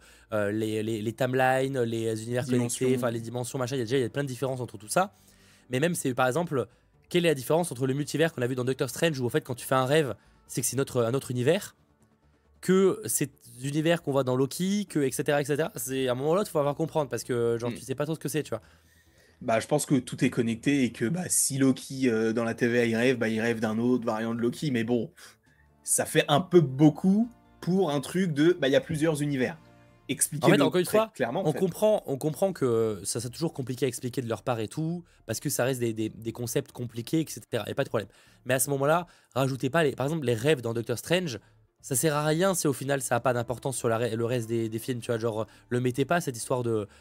les timelines, les univers Dimension. connectés, enfin les dimensions, machin, il y a plein de différences entre tout ça. Mais même, c'est par exemple, quelle est la différence entre le multivers qu'on a vu dans Doctor Strange, où en fait quand tu fais un rêve, c'est que c'est un autre univers, que cet univers qu'on voit dans Loki, que etc. etc. C'est à un moment ou l'autre, il faut avoir comprendre, parce que genre tu sais pas trop ce que c'est, tu vois. Bah, je pense que tout est connecté et que bah, si Loki dans la TVA il rêve, bah, il rêve d'un autre variant de Loki. Mais bon, ça fait un peu beaucoup pour un truc de bah, il y a plusieurs univers. En Expliquez-le fait, encore une très fois, clairement. En on fait. comprend que ça c'est toujours compliqué à expliquer de leur part et tout, parce que ça reste des concepts compliqués, etc. Il n'y a pas de problème. Mais à ce moment-là, rajoutez pas, par exemple, les rêves dans Doctor Strange, ça sert à rien si au final ça n'a pas d'importance sur le reste des films, tu vois. Genre, le mettez pas cette histoire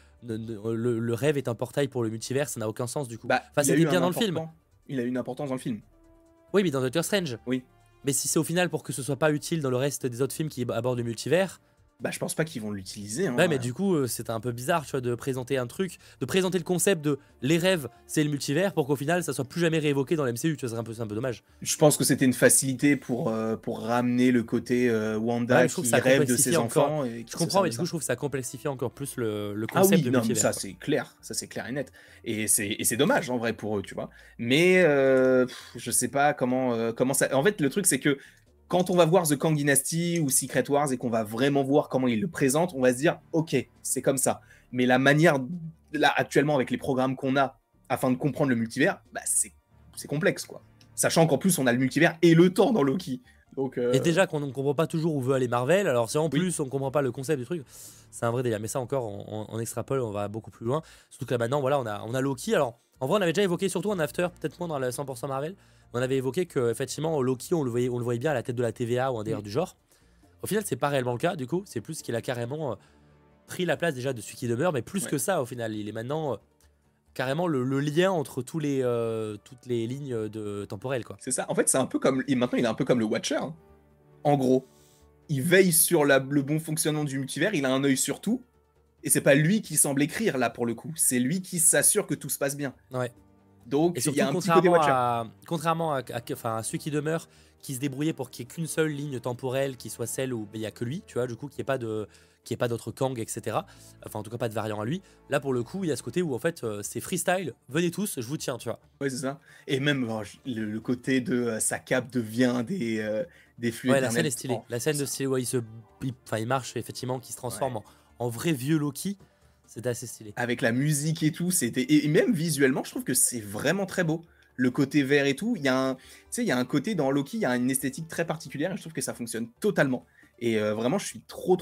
le rêve est un portail pour le multivers, ça n'a aucun sens du coup. Bah, Enfin, il a c'était eu bien dans le film. Il a eu une importance dans le film. Oui, mais dans Doctor Strange. Oui. Mais si c'est au final pour que ce soit pas utile dans le reste des autres films qui abordent le multivers. Bah, je pense pas qu'ils vont l'utiliser. Hein, Ouais, mais du coup, c'était un peu bizarre, tu vois, de présenter un truc, de présenter le concept de les rêves, c'est le multivers, pour qu'au final, ça soit plus jamais réévoqué dans l'MCU, tu vois, c'est un peu dommage. Je pense que c'était une facilité pour ramener le côté Wanda Ouais, je trouve que qui ça rêve de complexifie ses encore. enfants. Et qui Je se comprends, sert mais de du ça. coup, je trouve que ça complexifie encore plus le Ah concept oui, de non, mais multivers. ça c'est clair et net. Et c'est dommage en vrai pour eux, tu vois. Mais je sais pas comment ça. En fait, le truc c'est que quand on va voir The Kang Dynasty ou Secret Wars et qu'on va vraiment voir comment ils le présentent, on va se dire ok, c'est comme ça. Mais la manière là actuellement avec les programmes qu'on a afin de comprendre le multivers, bah c'est complexe quoi. Sachant qu'en plus on a le multivers et le temps dans Loki. Donc Et déjà qu'on ne comprend pas toujours où veut aller Marvel, alors si en oui. plus on comprend pas le concept du truc, c'est un vrai délire. Mais ça encore, en extrapole, on va beaucoup plus loin. Surtout que là maintenant, voilà, on a Loki. Alors en vrai, on avait déjà évoqué, surtout en after, peut-être moins dans le 100% Marvel, on avait évoqué que effectivement Loki, on le voyait bien à la tête de la TVA ou un délire du genre. Au final, c'est pas réellement le cas, du coup, c'est plus qu'il a carrément pris la place déjà de celui qui demeure, mais plus Ouais. que ça au final. Il est maintenant carrément le lien entre toutes les lignes temporelles, quoi. C'est ça. En fait, c'est un peu comme et maintenant il est un peu comme le Watcher. Hein. En gros, il veille sur le bon fonctionnement du multivers, il a un œil sur tout. Et c'est pas lui qui semble écrire là pour le coup, c'est lui qui s'assure que tout se passe bien. Ouais. Donc Et il y surtout, a un petit côté Watcher. contrairement à celui qui demeure, qui se débrouillait pour qu'il n'y ait qu'une seule ligne temporelle qui soit celle où il n'y a que lui, tu vois, du coup, qu'il n'y ait pas d'autres Kang, etc. Enfin, en tout cas, pas de variant à lui. Là, pour le coup, il y a ce côté où, en fait, c'est freestyle, venez tous, je vous tiens, tu vois. Ouais, c'est ça. Et même le côté de sa cape devient des flux Ouais, la éternels. scène est stylée. Oh, La scène de ça. style où il marche, effectivement, qui se transforme Ouais. en vrai vieux Loki, c'est assez stylé. Avec la musique et tout, et même visuellement, je trouve que c'est vraiment très beau. Le côté vert et tout, il y a tu sais, il y a un côté dans Loki, il y a une esthétique très particulière et je trouve que ça fonctionne totalement. Et vraiment, je suis trop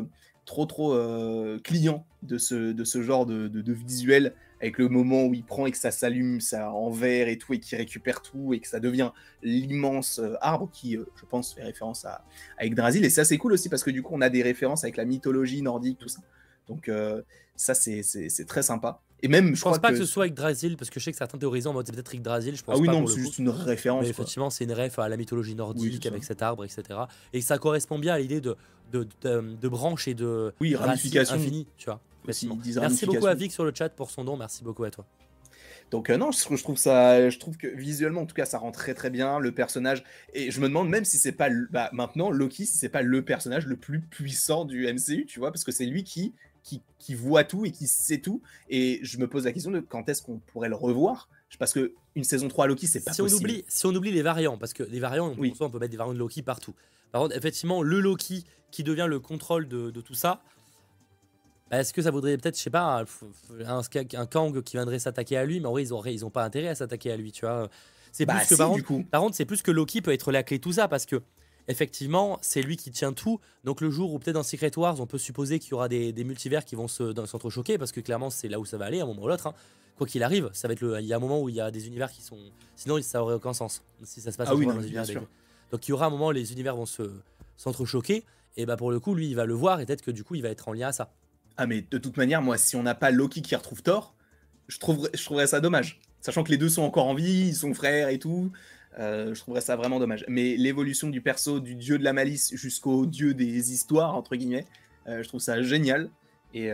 client de ce genre de visuel avec le moment où il prend et que ça s'allume ça en vert et tout et qu'il récupère tout et que ça devient l'immense arbre qui, je pense, fait référence à Yggdrasil. Et ça, c'est cool aussi parce que du coup, on a des références avec la mythologie nordique, tout ça. Donc ça, c'est très sympa. Et même, Je pense pas que ce soit Yggdrasil, parce que je sais que certains théorisent en mode c'est peut-être Yggdrasil, je pense ah oui, pas non, pour le c'est coup. juste une référence. Mais Quoi. effectivement, c'est une ref à la mythologie Oui, nordique c'est avec ça. cet arbre, etc. Et ça correspond bien à l'idée de branches et de Oui, racines ramification. infinies, tu vois. aussi effectivement. disent Merci beaucoup à ramification. Vic sur le chat pour son don, merci beaucoup à toi. Donc non, je trouve que visuellement en tout cas ça rend très très bien le personnage et je me demande même si c'est pas maintenant Loki si c'est pas le personnage le plus puissant du MCU, tu vois, parce que c'est lui qui voit tout et qui sait tout et je me pose la question de quand est-ce qu'on pourrait le revoir parce que une saison 3 Loki c'est pas possible. Si on oublie les variants, parce que les variants, Oui. on peut mettre des variants de Loki partout. Par contre, effectivement, le Loki qui devient le contrôle de tout ça, bah, est-ce que ça vaudrait peut-être, je sais pas, un Kang qui viendrait s'attaquer à lui, mais en vrai, ils ont pas intérêt à s'attaquer à lui, tu vois. C'est Bah plus que, si du coup. par contre, c'est plus que Loki peut être la clé de tout ça, parce que, effectivement, c'est lui qui tient tout. Donc, le jour où peut-être dans Secret Wars, on peut supposer qu'il y aura des multivers qui vont s'entrechoquer, parce que clairement, c'est là où ça va aller, à un moment ou l'autre, hein. Quoi qu'il arrive, ça va être il y a un moment où il y a des univers qui sont. Sinon, ça aurait aucun sens. Si ça se passe Ah oui, dans non, un bien univers sûr. Donc, il y aura un moment où les univers vont s'entrechoquer, et bah, pour le coup, lui, il va le voir, et peut-être que du coup, il va être en lien à ça. Ah mais de toute manière, moi, si on n'a pas Loki qui retrouve Thor, je trouverais ça dommage. Sachant que les deux sont encore en vie, ils sont frères et tout, je trouverais ça vraiment dommage. Mais l'évolution du perso, du dieu de la malice jusqu'au dieu des histoires, entre guillemets, je trouve ça génial. Et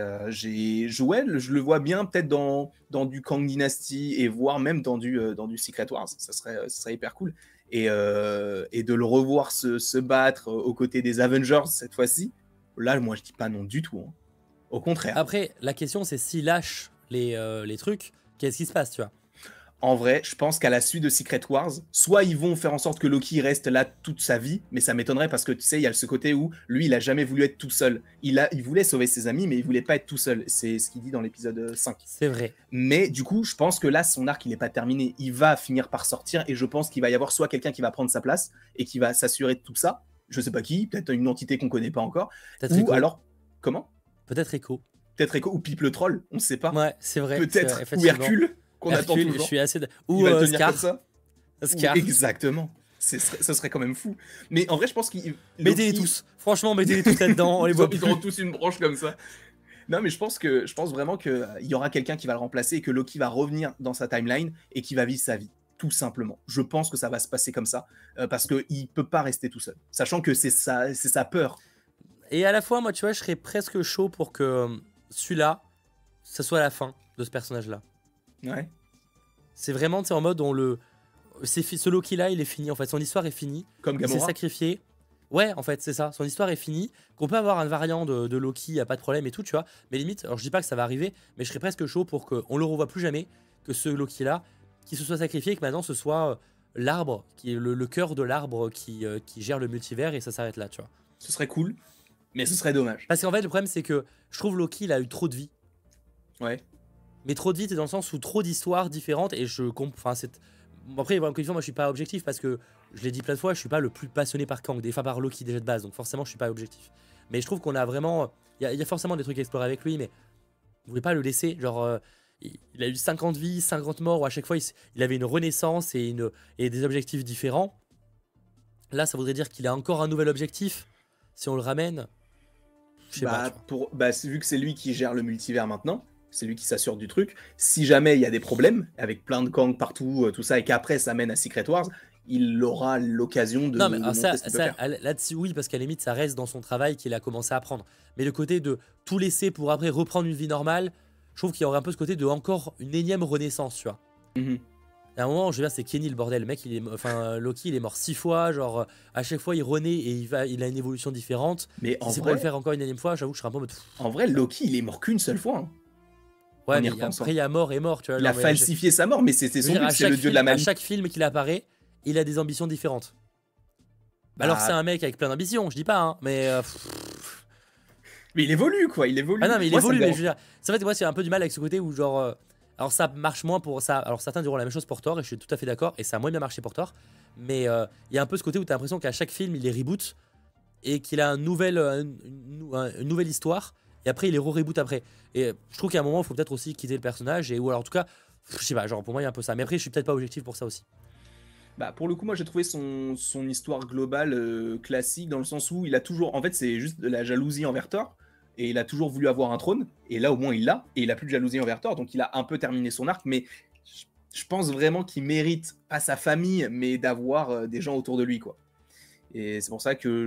je le vois bien peut-être dans du Kang Dynasty et voire même dans du Secret Wars. Ça serait hyper cool. Et de le revoir se battre aux côtés des Avengers cette fois-ci, là, moi, je dis pas non du tout, hein. Au contraire. Après, la question, c'est s'ils lâchent les trucs, qu'est-ce qui se passe, tu vois? En vrai, je pense qu'à la suite de Secret Wars, soit ils vont faire en sorte que Loki reste là toute sa vie, mais ça m'étonnerait parce que tu sais, il y a ce côté où lui, il a jamais voulu être tout seul. Il voulait sauver ses amis, mais il voulait pas être tout seul. C'est ce qu'il dit dans l'épisode 5. C'est vrai. Mais du coup, je pense que là, son arc, il n'est pas terminé. Il va finir par sortir et je pense qu'il va y avoir soit quelqu'un qui va prendre sa place et qui va s'assurer de tout ça. Je sais pas qui, peut-être une entité qu'on connaît pas encore. Peut-être Ou Echo. alors, comment? Peut-être Echo. Peut-être Echo ou Pipe le troll, on ne sait pas. Ouais, c'est vrai. Peut-être, ou effectivement. Hercule, qu'on attend Hercule, je toujours. suis assez. Il Ou va tenir Scar. comme ça. Scar. Exactement. Ce serait quand même fou. Mais en vrai, je pense qu'ils. Mettez-les tous. Franchement, mettez-les tous là-dedans. On les voit plus. Ils auront tous une branche comme ça. Non, mais je pense vraiment qu'il y aura quelqu'un qui va le remplacer et que Loki va revenir dans sa timeline et qui va vivre sa vie. Tout simplement. Je pense que ça va se passer comme ça parce qu'il peut pas rester tout seul. Sachant que c'est sa peur. Et à la fois, moi, tu vois, je serais presque chaud pour que celui-là, ça soit la fin de ce personnage-là. Ouais. C'est vraiment, tu sais, en mode, ce Loki-là, il est fini, en fait. Son histoire est finie. Comme Il s'est Gamora. sacrifié. Ouais, en fait, c'est ça. Son histoire est finie. Qu'on peut avoir un variant de Loki, y a pas de problème et tout, tu vois. Mais limite, alors je dis pas que ça va arriver, mais je serais presque chaud pour qu'on le revoie plus jamais, que ce Loki-là, qui se soit sacrifié, et que maintenant ce soit l'arbre, qui est le cœur de l'arbre qui gère le multivers, et ça s'arrête là, tu vois. Ce serait cool, mais ce serait dommage. Parce qu'en fait, le problème, c'est que je trouve Loki, il a eu trop de vie. Ouais. Mais trop de vie, c'est dans le sens où trop d'histoires différentes, et je comprends. Enfin, après, encore une fois, moi, je suis pas objectif parce que je l'ai dit plein de fois, je suis pas le plus passionné par Kang, des fois par Loki déjà de base, donc forcément, je suis pas objectif. Mais je trouve qu'on a vraiment. Il y a forcément des trucs à explorer avec lui, mais vous voulez pas le laisser. Genre, il a eu 50 vies, 50 morts, où à chaque fois, il avait une renaissance et des objectifs différents. Là, ça voudrait dire qu'il a encore un nouvel objectif. Si on le ramène, je sais pas. Tu vois. Vu que c'est lui qui gère le multivers maintenant, c'est lui qui s'assure du truc. Si jamais il y a des problèmes, avec plein de Kang partout, tout ça, et qu'après ça mène à Secret Wars, il aura l'occasion de Non, mais montrer ce qu'il peut faire. là-dessus, oui, parce qu'à la limite, ça reste dans son travail qu'il a commencé à apprendre. Mais le côté de tout laisser pour après reprendre une vie normale, je trouve qu'il y aurait un peu ce côté de encore une énième renaissance, tu vois. Mhm. À un moment, je veux dire, c'est Kenny le bordel. Le mec, Loki, il est mort 6 fois. Genre, à chaque fois, il renaît et il a une évolution différente. Mais Si c'est pour le faire encore une énième fois, j'avoue que je serais un peu en mode. En vrai, Loki, il est mort qu'une seule fois, hein. Ouais, En y mais repensant. après, il y a mort et mort, tu vois. Il a genre, mais falsifié sa mort, mais c'était je son veux dire, but, c'est le dieu de la à magie. chaque film qu'il apparaît, il a des ambitions différentes. Bah, Alors, c'est un mec avec plein d'ambitions, je dis pas, hein, mais. Mais il évolue, quoi, il évolue. Ah non, mais il Moi, ça évolue, me mais je dérange. veux dire, c'est vrai que moi, c'est un peu du mal avec ce côté où, genre. Alors, ça marche moins pour ça. Alors, certains diront la même chose pour Thor, et je suis tout à fait d'accord, et ça a moins bien marché pour Thor. Mais il y a un peu ce côté où tu as l'impression qu'à chaque film, il les reboot, et qu'il a une nouvelle histoire, et après, il les re-reboot après. Et je trouve qu'à un moment, il faut peut-être aussi quitter le personnage, ou alors en tout cas, je sais pas, genre pour moi, il y a un peu ça. Mais après, je suis peut-être pas objectif pour ça aussi. Bah, pour le coup, moi j'ai trouvé son histoire globale classique dans le sens où il a toujours. En fait, c'est juste de la jalousie envers Thor. Et il a toujours voulu avoir un trône. Et là, au moins, il l'a. Et il a plus de jalousie envers Thor. Donc, il a un peu terminé son arc. Mais je pense vraiment qu'il mérite, pas sa famille, mais d'avoir des gens autour de lui, quoi. Et c'est pour ça que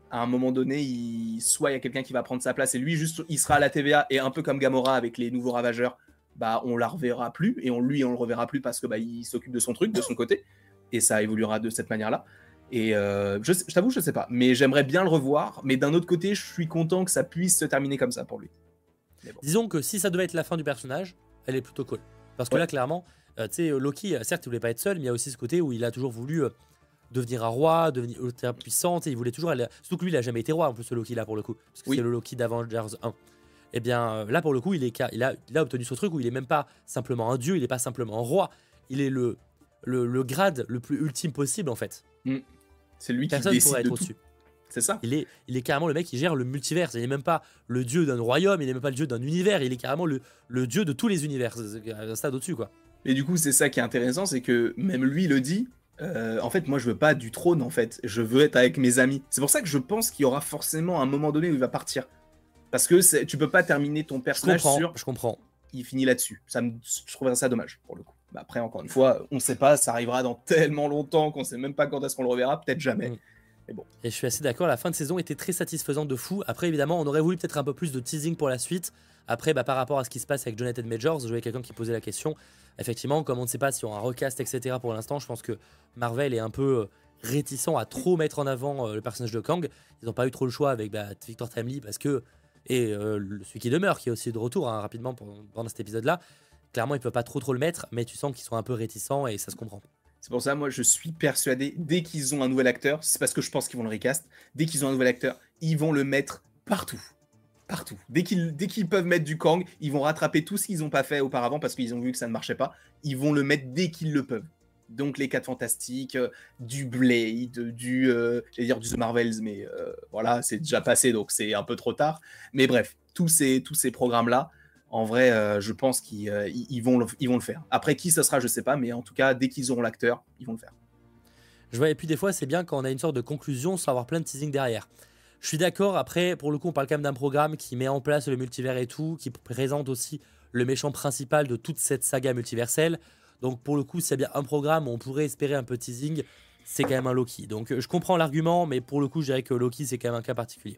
à un moment donné, soit il y a quelqu'un qui va prendre sa place et lui, juste, il sera à la TVA et un peu comme Gamora avec les nouveaux Ravageurs, bah, on la reverra plus et on le reverra plus parce que bah, il s'occupe de son truc, de son côté et ça évoluera de cette manière-là. Et je t'avoue, je sais pas, mais j'aimerais bien le revoir. Mais d'un autre côté, je suis content que ça puisse se terminer comme ça pour lui. Bon. Disons que si ça devait être la fin du personnage, elle est plutôt cool. Parce que là, clairement, tu sais, Loki, certes, il voulait pas être seul, mais il y a aussi ce côté où il a toujours voulu devenir un roi, devenir ultra puissant. Il voulait toujours aller. Surtout que lui, il a jamais été roi, en plus, ce Loki là, pour le coup. Parce que c'est le Loki d'Avengers 1. Et bien là, pour le coup, il a obtenu ce truc où il est même pas simplement un dieu, il est pas simplement un roi. Il est le grade le plus ultime possible, en fait. C'est lui qui décide pourrait être de au-dessus. tout. C'est ça. Il est carrément le mec qui gère le multivers. Il n'est même pas le dieu d'un royaume, il n'est même pas le dieu d'un univers. Il est carrément le dieu de tous les univers. C'est un stade au-dessus, quoi. Et du coup, c'est ça qui est intéressant, c'est que même lui le dit. En fait, moi, je veux pas du trône, en fait. Je veux être avec mes amis. C'est pour ça que je pense qu'il y aura forcément un moment donné où il va partir. Parce que tu peux pas terminer ton personnage sur... Je comprends. Il finit là-dessus. Je trouverais ça dommage, pour le coup. Bah après, encore une fois, on sait pas, ça arrivera dans tellement longtemps qu'on sait même pas quand est-ce qu'on le reverra, peut-être jamais. Mais bon. Et je suis assez d'accord, la fin de saison était très satisfaisante de fou. Après, évidemment, on aurait voulu peut-être un peu plus de teasing pour la suite. Après, par rapport à ce qui se passe avec Jonathan Majors, je voyais quelqu'un qui posait la question. Effectivement, comme on ne sait pas si on a un recast, etc. pour l'instant, je pense que Marvel est un peu réticent à trop mettre en avant le personnage de Kang. Ils n'ont pas eu trop le choix avec Victor Timely parce que... Et celui qui demeure, qui est aussi de retour rapidement pendant cet épisode-là. Clairement, ils ne peuvent pas trop le mettre, mais tu sens qu'ils sont un peu réticents et ça se comprend. C'est pour ça, moi, je suis persuadé, dès qu'ils ont un nouvel acteur, c'est parce que je pense qu'ils vont le recast, dès qu'ils ont un nouvel acteur, ils vont le mettre partout. Partout. Dès qu'ils peuvent mettre du Kang, ils vont rattraper tout ce qu'ils n'ont pas fait auparavant parce qu'ils ont vu que ça ne marchait pas. Ils vont le mettre dès qu'ils le peuvent. Donc les 4 Fantastiques, du Blade, j'allais dire du The Marvels, mais voilà, c'est déjà passé, donc c'est un peu trop tard. Mais bref, tous ces programmes-là, en vrai, je pense qu'ils vont le faire. Après, qui ça sera, je sais pas, mais en tout cas, dès qu'ils auront l'acteur, ils vont le faire. Je vois, et puis des fois, c'est bien quand on a une sorte de conclusion sans avoir plein de teasing derrière. Je suis d'accord, après, pour le coup, on parle quand même d'un programme qui met en place le multivers et tout, qui présente aussi le méchant principal de toute cette saga multiverselle. Donc pour le coup, s'il y a bien un programme où on pourrait espérer un peu de teasing, c'est quand même un Loki. Donc je comprends l'argument, mais pour le coup, je dirais que Loki, c'est quand même un cas particulier.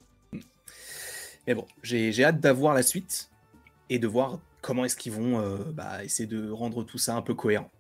Mais bon, j'ai hâte d'avoir la suite et de voir comment est-ce qu'ils vont essayer de rendre tout ça un peu cohérent.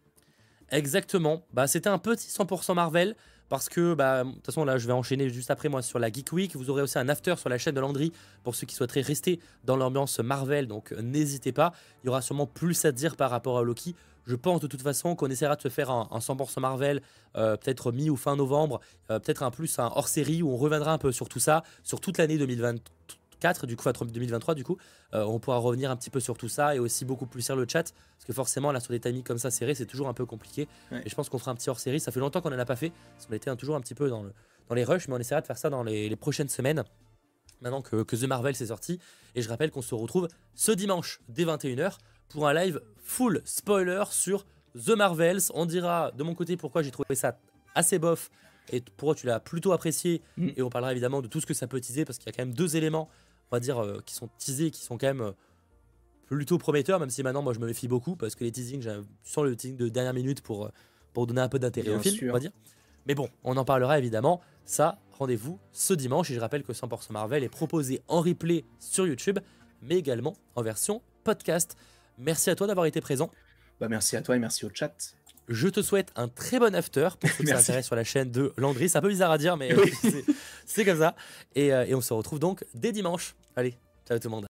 Exactement. C'était un petit 100% Marvel parce que de toute façon là je vais enchaîner juste après moi sur la Geek Week. Vous aurez aussi un after sur la chaîne de Landry pour ceux qui souhaiteraient rester dans l'ambiance Marvel, donc n'hésitez pas. Il y aura sûrement plus à dire par rapport à Loki. Je pense de toute façon qu'on essaiera de se faire un 100% Marvel peut-être mi ou fin novembre, peut-être un hors-série où on reviendra un peu sur tout ça, sur toute l'année 2024 du coup, 2023 du coup, on pourra revenir un petit peu sur tout ça et aussi beaucoup plus sur le chat parce que forcément là sur des timings comme ça serrés c'est toujours un peu compliqué. Ouais. Et je pense qu'on fera un petit hors-série, ça fait longtemps qu'on en a pas fait parce qu'on était toujours un petit peu dans les rushs, mais on essaiera de faire ça dans les prochaines semaines maintenant que The Marvel s'est sorti. Et je rappelle qu'on se retrouve ce dimanche dès 21h pour un live full spoiler sur The Marvels. On dira de mon côté pourquoi j'ai trouvé ça assez bof et pourquoi tu l'as plutôt apprécié. Et on parlera évidemment de tout ce que ça peut teaser parce qu'il y a quand même 2 éléments, on va dire, qui sont teasés, qui sont quand même plutôt prometteurs, même si maintenant moi je me méfie beaucoup parce que les teasings, je sens le teasing de dernière minute pour donner un peu d'intérêt au film, on va dire. Mais bon, on en parlera évidemment. Ça, rendez-vous ce dimanche. Et je rappelle que 100% Marvel est proposé en replay sur YouTube, mais également en version podcast. Merci à toi d'avoir été présent. Merci à toi et merci au chat. Je te souhaite un très bon after pour ceux qui s'intéressent sur la chaîne de Landry. C'est un peu bizarre à dire, mais oui. c'est comme ça. Et on se retrouve donc dès dimanche. Allez, ciao tout le monde.